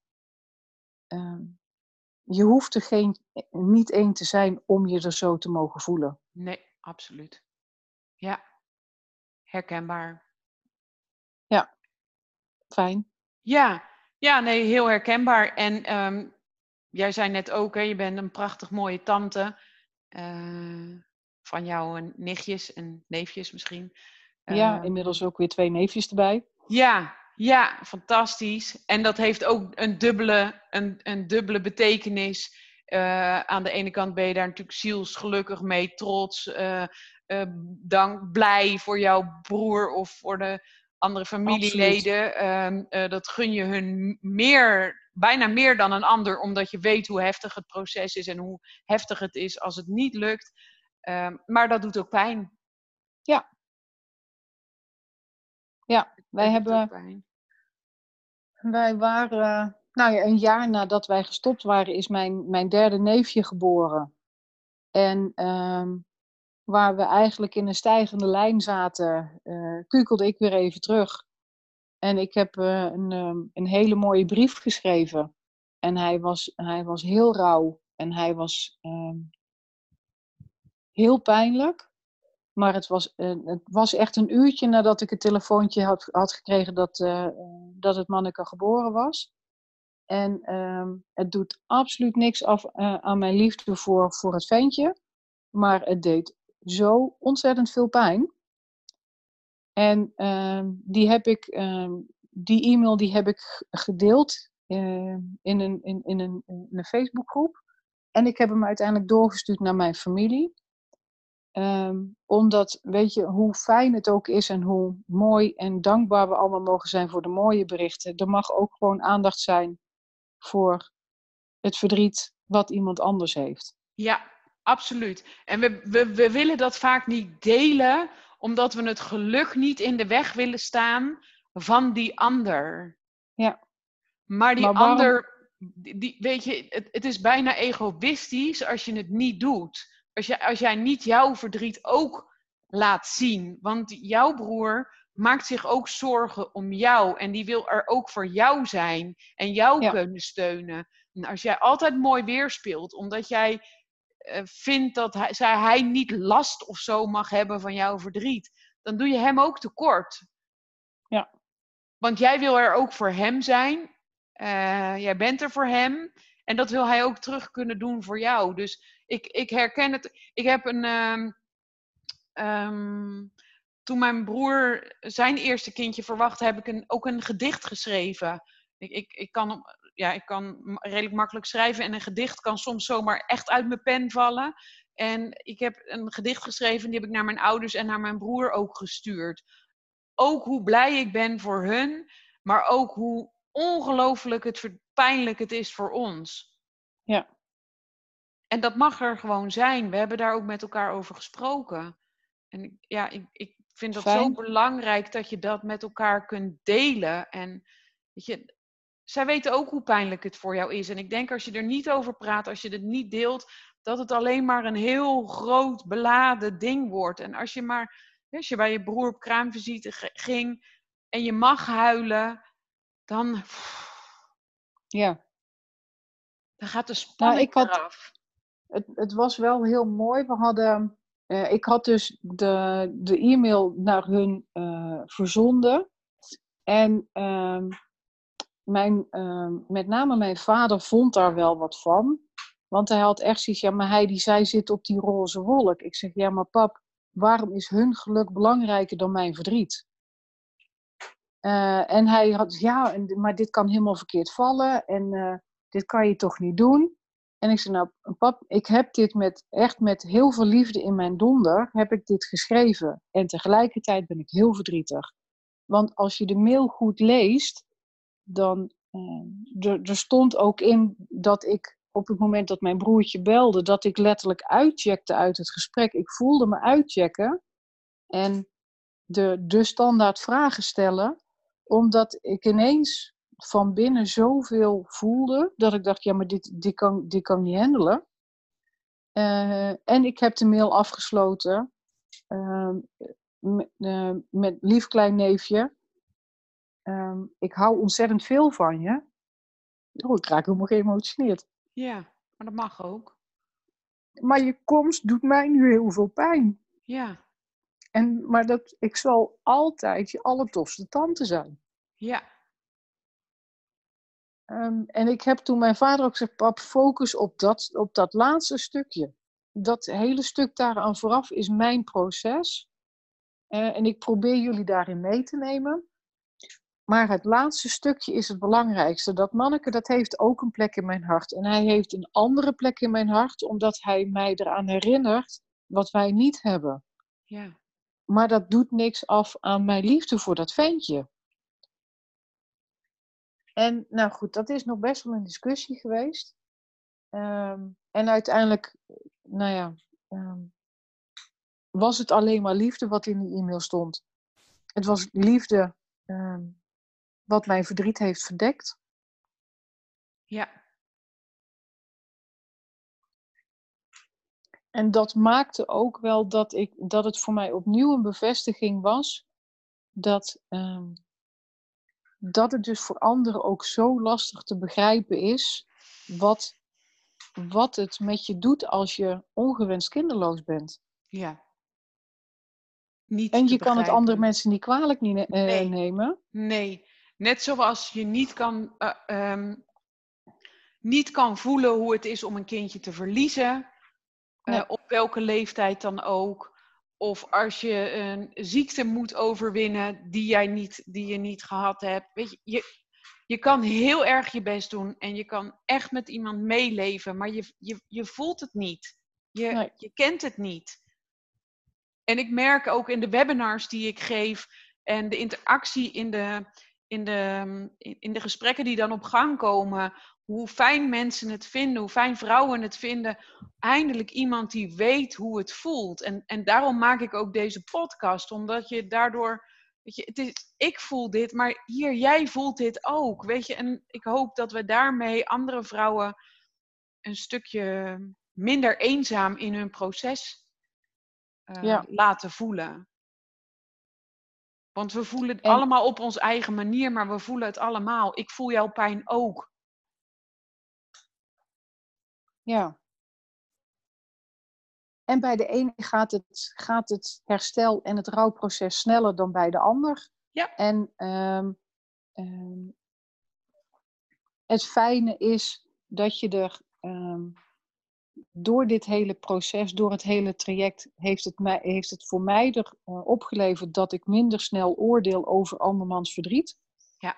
[SPEAKER 2] Je hoeft er niet één te zijn om je er zo te mogen voelen.
[SPEAKER 1] Nee, absoluut. Ja, herkenbaar.
[SPEAKER 2] Ja, fijn.
[SPEAKER 1] Ja, nee, heel herkenbaar. En jij zei net ook, hè, je bent een prachtig mooie tante van jouw nichtjes en neefjes misschien.
[SPEAKER 2] Ja, inmiddels ook weer 2 neefjes erbij.
[SPEAKER 1] Ja, fantastisch. En dat heeft ook een dubbele betekenis. Aan de ene kant ben je daar natuurlijk zielsgelukkig mee, trots, blij voor jouw broer of voor de andere familieleden. Dat gun je hun bijna meer dan een ander, omdat je weet hoe heftig het proces is en hoe heftig het is als het niet lukt. Maar dat doet ook pijn.
[SPEAKER 2] Ja, wij waren, een jaar nadat wij gestopt waren, is mijn derde neefje geboren. En waar we eigenlijk in een stijgende lijn zaten, kukelde ik weer even terug. En ik heb een hele mooie brief geschreven. En hij was heel rauw. En hij was heel pijnlijk. Maar het was echt een uurtje nadat ik het telefoontje had gekregen dat het manneke geboren was. En het doet absoluut niks af aan mijn liefde voor het ventje. Maar het deed zo ontzettend veel pijn. En die e-mail die heb ik gedeeld in een Facebookgroep. En ik heb hem uiteindelijk doorgestuurd naar mijn familie. Omdat, weet je, hoe fijn het ook is en hoe mooi en dankbaar we allemaal mogen zijn voor de mooie berichten. Er mag ook gewoon aandacht zijn voor het verdriet wat iemand anders heeft.
[SPEAKER 1] Ja, absoluut. En we willen dat vaak niet delen, omdat we het geluk niet in de weg willen staan van die ander.
[SPEAKER 2] Ja.
[SPEAKER 1] Maar die
[SPEAKER 2] Maar waarom...
[SPEAKER 1] ander, weet je, het is bijna egoïstisch als je het niet doet. Als jij niet jouw verdriet ook laat zien. Want jouw broer maakt zich ook zorgen om jou. En die wil er ook voor jou zijn. En jou kunnen steunen. En als jij altijd mooi weerspeelt, omdat jij vindt dat hij niet last of zo mag hebben van jouw verdriet, dan doe je hem ook tekort.
[SPEAKER 2] Ja.
[SPEAKER 1] Want jij wil er ook voor hem zijn. Jij bent er voor hem. En dat wil hij ook terug kunnen doen voor jou. Dus ik herken het. Ik heb toen mijn broer zijn eerste kindje verwachtte, heb ik ook een gedicht geschreven. Ik kan redelijk makkelijk schrijven. En een gedicht kan soms zomaar echt uit mijn pen vallen. En ik heb een gedicht geschreven. Die heb ik naar mijn ouders en naar mijn broer ook gestuurd. Ook hoe blij ik ben voor hun. Maar ook hoe ongelooflijk pijnlijk het is voor ons.
[SPEAKER 2] Ja.
[SPEAKER 1] En dat mag er gewoon zijn. We hebben daar ook met elkaar over gesproken. En ik vind dat zo belangrijk dat je dat met elkaar kunt delen. En weet je, zij weten ook hoe pijnlijk het voor jou is. En ik denk als je er niet over praat, als je het niet deelt, dat het alleen maar een heel groot beladen ding wordt. En als je bij je broer op kraamvisite ging en je mag huilen, dan gaat de spanning eraf.
[SPEAKER 2] Het was wel heel mooi. Ik had dus de e-mail naar hun verzonden. En met name mijn vader vond daar wel wat van. Want hij had echt zoiets, ja, maar Heidi, zij zit op die roze wolk. Ik zeg, ja, maar pap, waarom is hun geluk belangrijker dan mijn verdriet? En hij had, maar dit kan helemaal verkeerd vallen. En dit kan je toch niet doen? En ik zei, nou, pap, ik heb dit met heel veel liefde in mijn donder, heb ik dit geschreven. En tegelijkertijd ben ik heel verdrietig. Want als je de mail goed leest, dan er stond ook in dat ik op het moment dat mijn broertje belde, dat ik letterlijk uitcheckte uit het gesprek. Ik voelde me uitchecken en de standaard vragen stellen, omdat ik ineens van binnen zoveel voelde, dat ik dacht, ja, maar dit kan ik niet handelen. En ik heb de mail afgesloten met lief klein neefje. Ik hou ontzettend veel van je. Oh, ik raak helemaal geëmotioneerd.
[SPEAKER 1] Ja, maar dat mag ook.
[SPEAKER 2] Maar je komst doet mij nu heel veel pijn.
[SPEAKER 1] Ja.
[SPEAKER 2] Maar ik zal altijd je allertofste tante zijn.
[SPEAKER 1] Ja.
[SPEAKER 2] En ik heb toen mijn vader ook gezegd, pap, focus op dat laatste stukje. Dat hele stuk daaraan vooraf is mijn proces. En ik probeer jullie daarin mee te nemen. Maar het laatste stukje is het belangrijkste. Dat manneke, dat heeft ook een plek in mijn hart. En hij heeft een andere plek in mijn hart, omdat hij mij eraan herinnert wat wij niet hebben.
[SPEAKER 1] Ja.
[SPEAKER 2] Maar dat doet niks af aan mijn liefde voor dat ventje. En nou goed, dat is nog best wel een discussie geweest. En uiteindelijk, was het alleen maar liefde wat in die e-mail stond. Het was liefde wat mijn verdriet heeft verdekt.
[SPEAKER 1] Ja.
[SPEAKER 2] En dat maakte ook wel dat het voor mij opnieuw een bevestiging was dat het dus voor anderen ook zo lastig te begrijpen is wat het met je doet als je ongewenst kinderloos bent.
[SPEAKER 1] Ja.
[SPEAKER 2] En je kan het andere mensen niet kwalijk nemen.
[SPEAKER 1] Nee, net zoals je niet kan voelen hoe het is om een kindje te verliezen. Nee. Op welke leeftijd dan ook. Of als je een ziekte moet overwinnen die je niet gehad hebt. Weet je kan heel erg je best doen. En je kan echt met iemand meeleven. Maar je voelt het niet. Je kent het niet. En ik merk ook in de webinars die ik geef. En de interactie in de gesprekken die dan op gang komen, hoe fijn mensen het vinden, hoe fijn vrouwen het vinden. Eindelijk iemand die weet hoe het voelt. En daarom maak ik ook deze podcast, omdat je daardoor, weet je, ik voel dit, maar hier, jij voelt dit ook, weet je. En ik hoop dat we daarmee andere vrouwen een stukje minder eenzaam in hun proces laten voelen. Want we voelen het allemaal op onze eigen manier, maar we voelen het allemaal. Ik voel jouw pijn ook.
[SPEAKER 2] Ja. En bij de ene gaat het herstel en het rouwproces sneller dan bij de ander.
[SPEAKER 1] Ja.
[SPEAKER 2] En het fijne is dat je er door dit hele proces, door het hele traject, heeft het voor mij er opgeleverd dat ik minder snel oordeel over andermans verdriet.
[SPEAKER 1] Ja.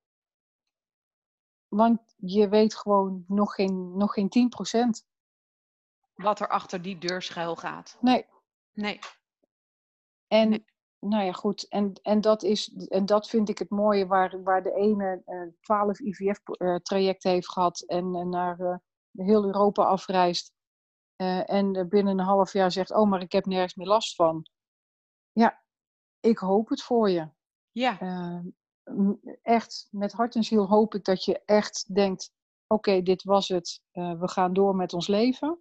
[SPEAKER 2] Want je weet gewoon nog geen 10%.
[SPEAKER 1] Wat er achter die deur schuil gaat.
[SPEAKER 2] Nee. En nou ja, goed. En dat vind ik het mooie waar de ene 12 IVF-trajecten heeft gehad en naar heel Europa afreist. En binnen een half jaar zegt, oh, maar ik heb nergens meer last van. Ja, ik hoop het voor je.
[SPEAKER 1] Ja.
[SPEAKER 2] Echt, met hart en ziel hoop ik dat je echt denkt, oké, dit was het. We gaan door met ons leven.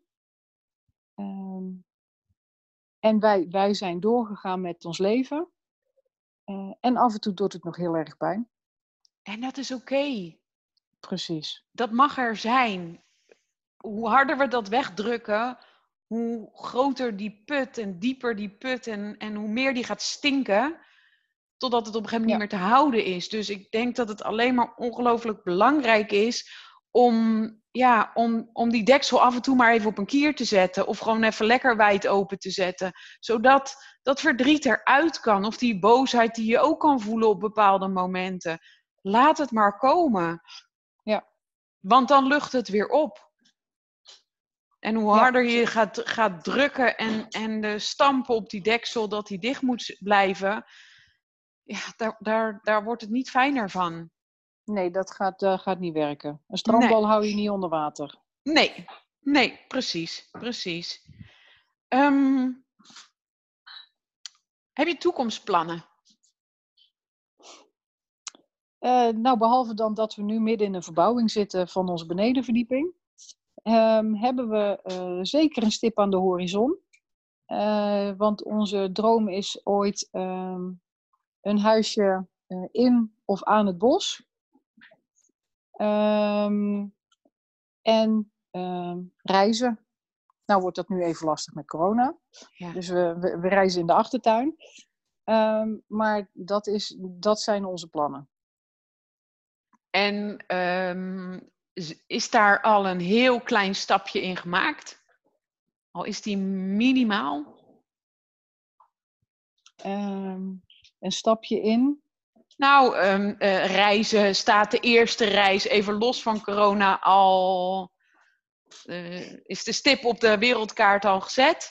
[SPEAKER 2] En wij zijn doorgegaan met ons leven. En af en toe doet het nog heel erg pijn.
[SPEAKER 1] En dat is oké.
[SPEAKER 2] Precies.
[SPEAKER 1] Dat mag er zijn. Hoe harder we dat wegdrukken, hoe groter die put en dieper die put en hoe meer die gaat stinken, totdat het op een gegeven moment niet meer te houden is. Dus ik denk dat het alleen maar ongelooflijk belangrijk is om die deksel af en toe maar even op een kier te zetten. Of gewoon even lekker wijd open te zetten. Zodat dat verdriet eruit kan. Of die boosheid die je ook kan voelen op bepaalde momenten. Laat het maar komen.
[SPEAKER 2] Ja.
[SPEAKER 1] Want dan lucht het weer op. En hoe harder je gaat drukken en de stampen op die deksel dat die dicht moet blijven. Ja, daar wordt het niet fijner van.
[SPEAKER 2] Nee, dat gaat niet werken. Een strandbal hou je niet onder water.
[SPEAKER 1] Nee, precies. Heb je toekomstplannen?
[SPEAKER 2] Nou, behalve dan dat we nu midden in een verbouwing zitten van onze benedenverdieping, hebben we zeker een stip aan de horizon. Want onze droom is ooit een huisje in of aan het bos. En reizen. Nou wordt dat nu even lastig met corona.
[SPEAKER 1] Ja.
[SPEAKER 2] Dus we reizen in de achtertuin. Maar dat zijn onze plannen.
[SPEAKER 1] En is daar al een heel klein stapje in gemaakt? Al is die minimaal?
[SPEAKER 2] Een stapje in?
[SPEAKER 1] Nou, reizen, staat de eerste reis even los van corona al... is de stip op de wereldkaart al gezet?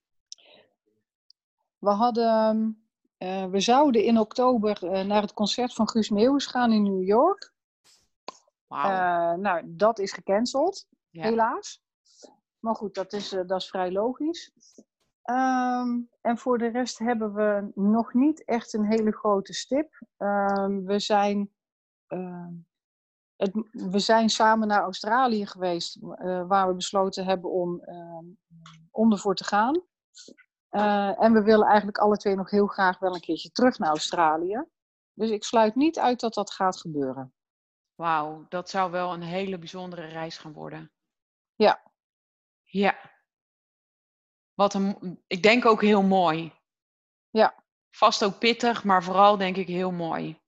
[SPEAKER 2] We zouden in oktober naar het concert van Guus Meeuwis gaan in New York.
[SPEAKER 1] Wauw.
[SPEAKER 2] Nou, dat is gecanceld, helaas. Maar goed, dat is vrij logisch. En voor de rest hebben we nog niet echt een hele grote stip. We zijn samen naar Australië geweest, waar we besloten hebben om ervoor te gaan. En we willen eigenlijk alle twee nog heel graag wel een keertje terug naar Australië. Dus ik sluit niet uit dat dat gaat gebeuren.
[SPEAKER 1] Wauw, dat zou wel een hele bijzondere reis gaan worden.
[SPEAKER 2] Ja.
[SPEAKER 1] Ja. Ik denk ook heel mooi.
[SPEAKER 2] Ja.
[SPEAKER 1] Vast ook pittig, maar vooral denk ik heel mooi.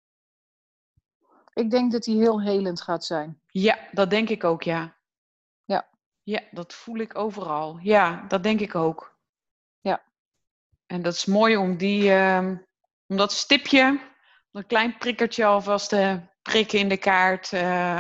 [SPEAKER 2] Ik denk dat die heel helend gaat zijn.
[SPEAKER 1] Ja, dat denk ik ook, ja.
[SPEAKER 2] Ja.
[SPEAKER 1] Ja, dat voel ik overal. Ja, dat denk ik ook.
[SPEAKER 2] Ja.
[SPEAKER 1] En dat is mooi om dat stipje, dat klein prikkertje alvast te prikken in de kaart.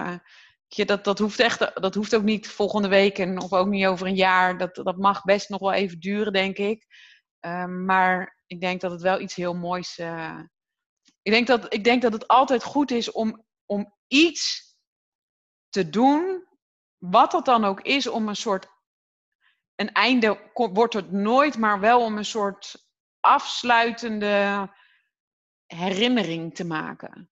[SPEAKER 1] Dat hoeft ook niet volgende week of ook niet over een jaar. Dat mag best nog wel even duren, denk ik. Maar ik denk dat het wel iets heel moois Ik denk dat het altijd goed is om iets te doen, wat dat dan ook is, om een einde wordt het nooit, maar wel om een soort afsluitende herinnering te maken.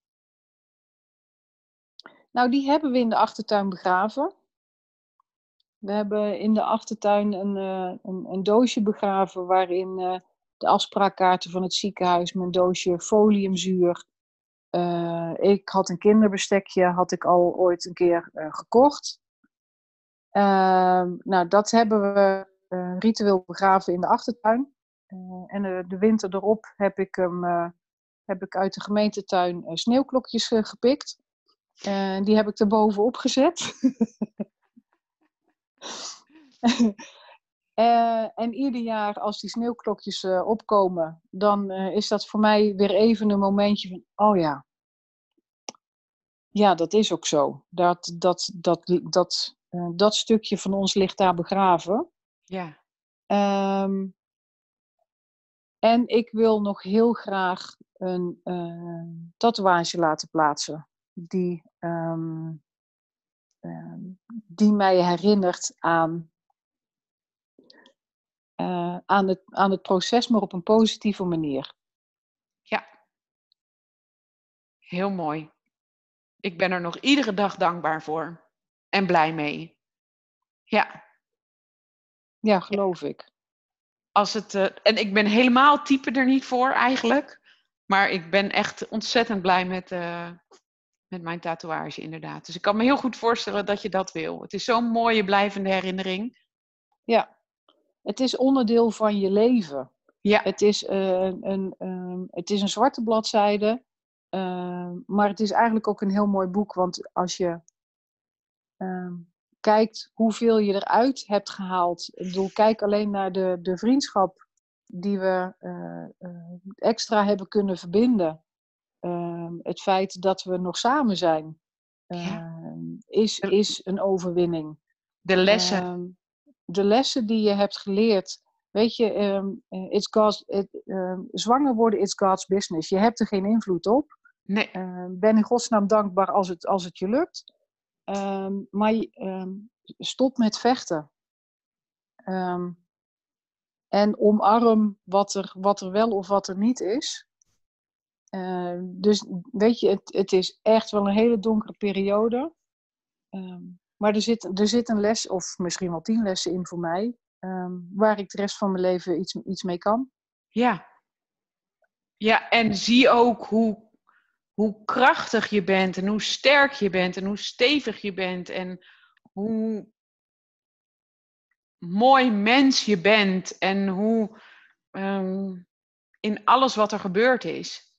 [SPEAKER 2] Nou, die hebben we in de achtertuin begraven. We hebben in de achtertuin een doosje begraven waarin de afspraakkaarten van het ziekenhuis, mijn doosje foliumzuur. Ik had een kinderbestekje, had ik al ooit een keer gekocht. Nou, dat hebben we ritueel begraven in de achtertuin. En de winter erop heb ik uit de gemeentetuin sneeuwklokjes gepikt. Die heb ik er bovenop gezet. En ieder jaar als die sneeuwklokjes opkomen, dan is dat voor mij weer even een momentje van, oh ja. Ja, dat is ook zo. Dat stukje van ons ligt daar begraven.
[SPEAKER 1] Ja.
[SPEAKER 2] En ik wil nog heel graag een tatoeage laten plaatsen. Die mij herinnert aan het proces, maar op een positieve manier.
[SPEAKER 1] Ja. Heel mooi. Ik ben er nog iedere dag dankbaar voor. En blij mee. Ja.
[SPEAKER 2] Ja, geloof ik.
[SPEAKER 1] En ik ben helemaal type er niet voor eigenlijk. Maar ik ben echt ontzettend blij met mijn tatoeage inderdaad. Dus ik kan me heel goed voorstellen dat je dat wil. Het is zo'n mooie blijvende herinnering.
[SPEAKER 2] Ja, het is onderdeel van je leven.
[SPEAKER 1] Ja.
[SPEAKER 2] Het is een zwarte bladzijde. Maar het is eigenlijk ook een heel mooi boek. Want als je kijkt hoeveel je eruit hebt gehaald. Ik bedoel, kijk alleen naar de vriendschap die we extra hebben kunnen verbinden. Het feit dat we nog samen zijn, is een overwinning.
[SPEAKER 1] De lessen.
[SPEAKER 2] De lessen die je hebt geleerd. Weet je, zwanger worden is God's business. Je hebt er geen invloed op.
[SPEAKER 1] Nee.
[SPEAKER 2] Ben in godsnaam dankbaar als het je lukt. Maar stop met vechten. En omarm wat er wel of wat er niet is. Dus weet je, het is echt wel een hele donkere periode. Maar er zit een les, of misschien wel 10 lessen in voor mij. Waar ik de rest van mijn leven iets mee kan.
[SPEAKER 1] Ja. Ja, en zie ook hoe krachtig je bent en hoe sterk je bent en hoe stevig je bent en hoe mooi mens je bent en hoe in alles wat er gebeurd is.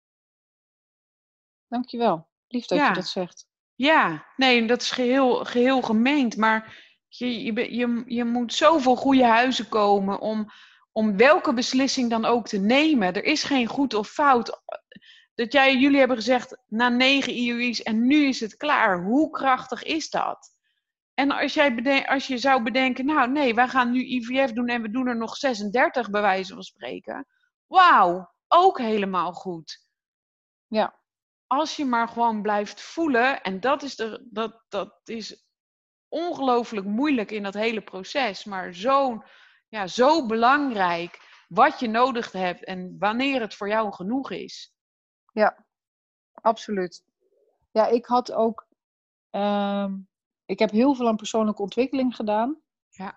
[SPEAKER 2] Dankjewel. Lief dat je dat zegt.
[SPEAKER 1] Ja, nee, dat is geheel gemeend, maar je moet zoveel goede huizen komen om welke beslissing dan ook te nemen. Er is geen goed of fout. Jullie hebben gezegd na 9 IUI's en nu is het klaar. Hoe krachtig is dat? En als je zou bedenken, nou nee, wij gaan nu IVF doen en we doen er nog 36 bij wijze van spreken. Wauw, ook helemaal goed.
[SPEAKER 2] Ja.
[SPEAKER 1] Als je maar gewoon blijft voelen, en dat is ongelooflijk moeilijk in dat hele proces, maar zo belangrijk wat je nodig hebt en wanneer het voor jou genoeg is.
[SPEAKER 2] Ja, absoluut. Ja, ik had ook... ik heb heel veel aan persoonlijke ontwikkeling gedaan.
[SPEAKER 1] Ja.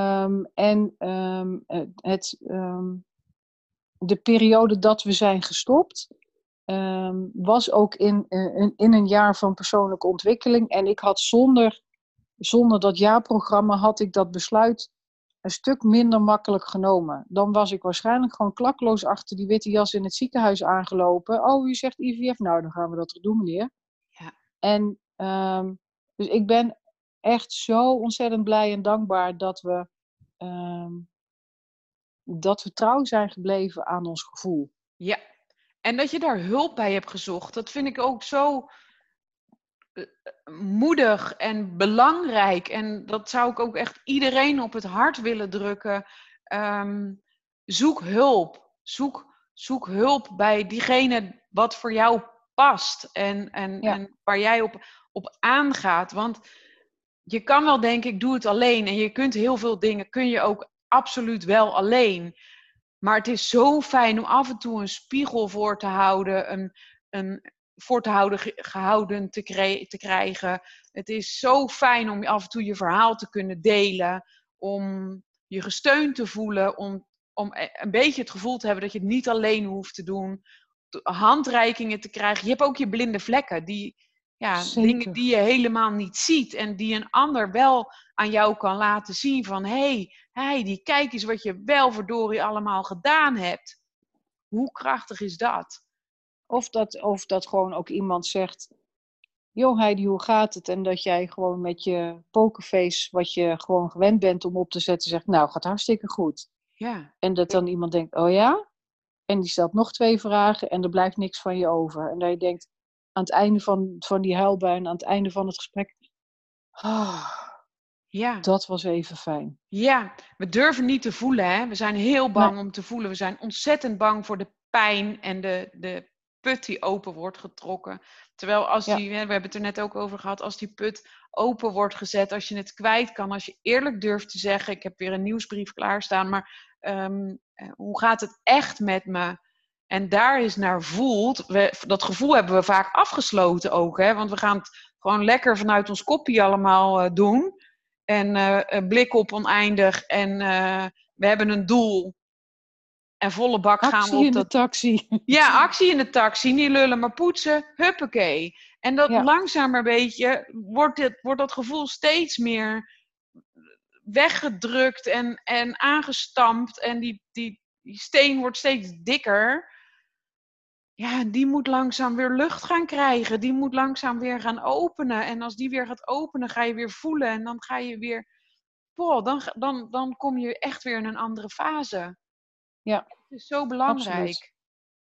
[SPEAKER 2] De periode dat we zijn gestopt... was ook in een jaar van persoonlijke ontwikkeling. En ik had zonder dat jaarprogramma had ik dat besluit een stuk minder makkelijk genomen. Dan was ik waarschijnlijk gewoon klakloos achter die witte jas in het ziekenhuis aangelopen. Oh, u zegt IVF, nou dan gaan we dat toch doen, meneer.
[SPEAKER 1] Ja.
[SPEAKER 2] En dus ik ben echt zo ontzettend blij en dankbaar dat we trouw zijn gebleven aan ons gevoel.
[SPEAKER 1] Ja. En dat je daar hulp bij hebt gezocht, dat vind ik ook zo moedig en belangrijk. En dat zou ik ook echt iedereen op het hart willen drukken. Zoek hulp. Zoek hulp bij diegene wat voor jou past en
[SPEAKER 2] Ja.
[SPEAKER 1] waar jij op aangaat. Want je kan wel denken, ik doe het alleen. En je kunt heel veel dingen, kun je ook absoluut wel alleen. Maar het is zo fijn om af en toe een spiegel voor te houden, gehouden te krijgen. Het is zo fijn om af en toe je verhaal te kunnen delen, om je gesteund te voelen, om een beetje het gevoel te hebben dat je het niet alleen hoeft te doen, handreikingen te krijgen. Je hebt ook je blinde vlekken, dingen
[SPEAKER 2] Zeker.
[SPEAKER 1] die je helemaal niet ziet en die een ander wel aan jou kan laten zien van Heidi, kijk eens wat je wel verdorie allemaal gedaan hebt. Hoe krachtig is dat?
[SPEAKER 2] Of dat gewoon ook iemand zegt, joh Heidi, hoe gaat het? En dat jij gewoon met je pokerface, wat je gewoon gewend bent om op te zetten, zegt, nou, gaat hartstikke goed.
[SPEAKER 1] Ja.
[SPEAKER 2] En dat dan iemand denkt, oh ja? En die stelt nog 2 vragen en er blijft niks van je over. En dat je denkt, aan het einde van die huilbuin, aan het einde van het gesprek,
[SPEAKER 1] Ja.
[SPEAKER 2] dat was even fijn.
[SPEAKER 1] Ja, we durven niet te voelen, hè? We zijn heel bang
[SPEAKER 2] Nee.
[SPEAKER 1] om te voelen. We zijn ontzettend bang voor de pijn en de put die open wordt getrokken. Terwijl als
[SPEAKER 2] Ja.
[SPEAKER 1] we hebben het er net ook over gehad, als die put open wordt gezet, als je het kwijt kan, als je eerlijk durft te zeggen, ik heb weer een nieuwsbrief klaarstaan, maar hoe gaat het echt met me? En daar is naar voelt, dat gevoel hebben we vaak afgesloten ook, hè? Want we gaan het gewoon lekker vanuit ons koppie allemaal doen. En een blik op oneindig. En we hebben een doel. En volle bak gaan we
[SPEAKER 2] Actie
[SPEAKER 1] op
[SPEAKER 2] in de
[SPEAKER 1] dat.
[SPEAKER 2] taxi.
[SPEAKER 1] Ja, actie in de taxi. Niet lullen, maar poetsen. Huppakee. En dat
[SPEAKER 2] Ja.
[SPEAKER 1] langzaam een beetje wordt dat gevoel steeds meer weggedrukt en aangestampt. En die steen wordt steeds dikker. Ja, die moet langzaam weer lucht gaan krijgen. Die moet langzaam weer gaan openen. En als die weer gaat openen, ga je weer voelen. En dan ga je weer. Boah, dan kom je echt weer in een andere fase.
[SPEAKER 2] Ja,
[SPEAKER 1] Het is zo
[SPEAKER 2] absoluut.
[SPEAKER 1] belangrijk.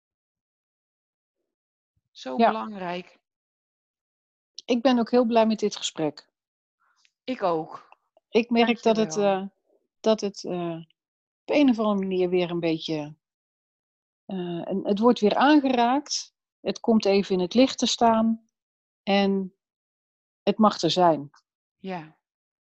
[SPEAKER 1] Zo
[SPEAKER 2] Ja,
[SPEAKER 1] belangrijk.
[SPEAKER 2] ik ben ook heel blij met dit gesprek.
[SPEAKER 1] Ik ook.
[SPEAKER 2] Ik merk dat
[SPEAKER 1] Dankjewel.
[SPEAKER 2] het op een of andere manier weer een beetje... het wordt weer aangeraakt. Het komt even in het licht te staan. En het mag er zijn.
[SPEAKER 1] Ja,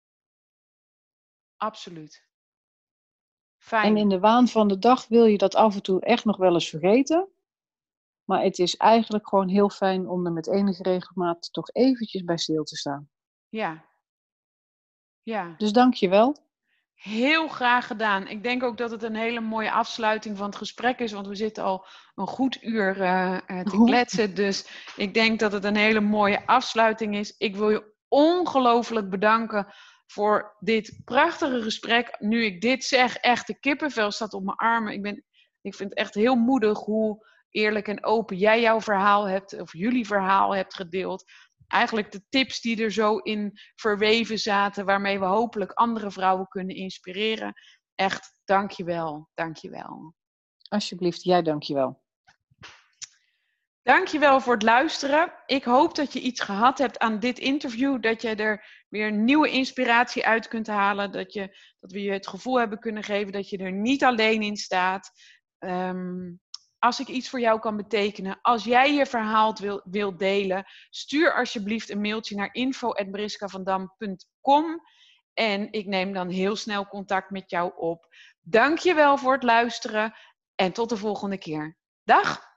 [SPEAKER 1] absoluut.
[SPEAKER 2] En
[SPEAKER 1] Fijn.
[SPEAKER 2] in de waan van de dag wil je dat af en toe echt nog wel eens vergeten. Maar het is eigenlijk gewoon heel fijn om er met enige regelmaat toch eventjes bij stil te staan.
[SPEAKER 1] Ja. Ja.
[SPEAKER 2] Dus dank je wel.
[SPEAKER 1] Heel graag gedaan. Ik denk ook dat het een hele mooie afsluiting van het gesprek is, want we zitten al een goed uur te kletsen. Dus ik denk dat het een hele mooie afsluiting is. Ik wil je ongelooflijk bedanken voor dit prachtige gesprek. Nu ik dit zeg, echt de kippenvel staat op mijn armen. Ik vind het echt heel moedig hoe eerlijk en open jij jouw verhaal hebt, of jullie verhaal hebt gedeeld. Eigenlijk de tips die er zo in verweven zaten, waarmee we hopelijk andere vrouwen kunnen inspireren. Echt, dankjewel. Dankjewel.
[SPEAKER 2] Alsjeblieft, jij dank je wel.
[SPEAKER 1] Dankjewel voor het luisteren. Ik hoop dat je iets gehad hebt aan dit interview. Dat je er weer nieuwe inspiratie uit kunt halen. Dat we je het gevoel hebben kunnen geven dat je er niet alleen in staat. Als ik iets voor jou kan betekenen, als jij je verhaal wilt delen, stuur alsjeblieft een mailtje naar info@briskavandam.com en ik neem dan heel snel contact met jou op. Dankjewel voor het luisteren en tot de volgende keer. Dag!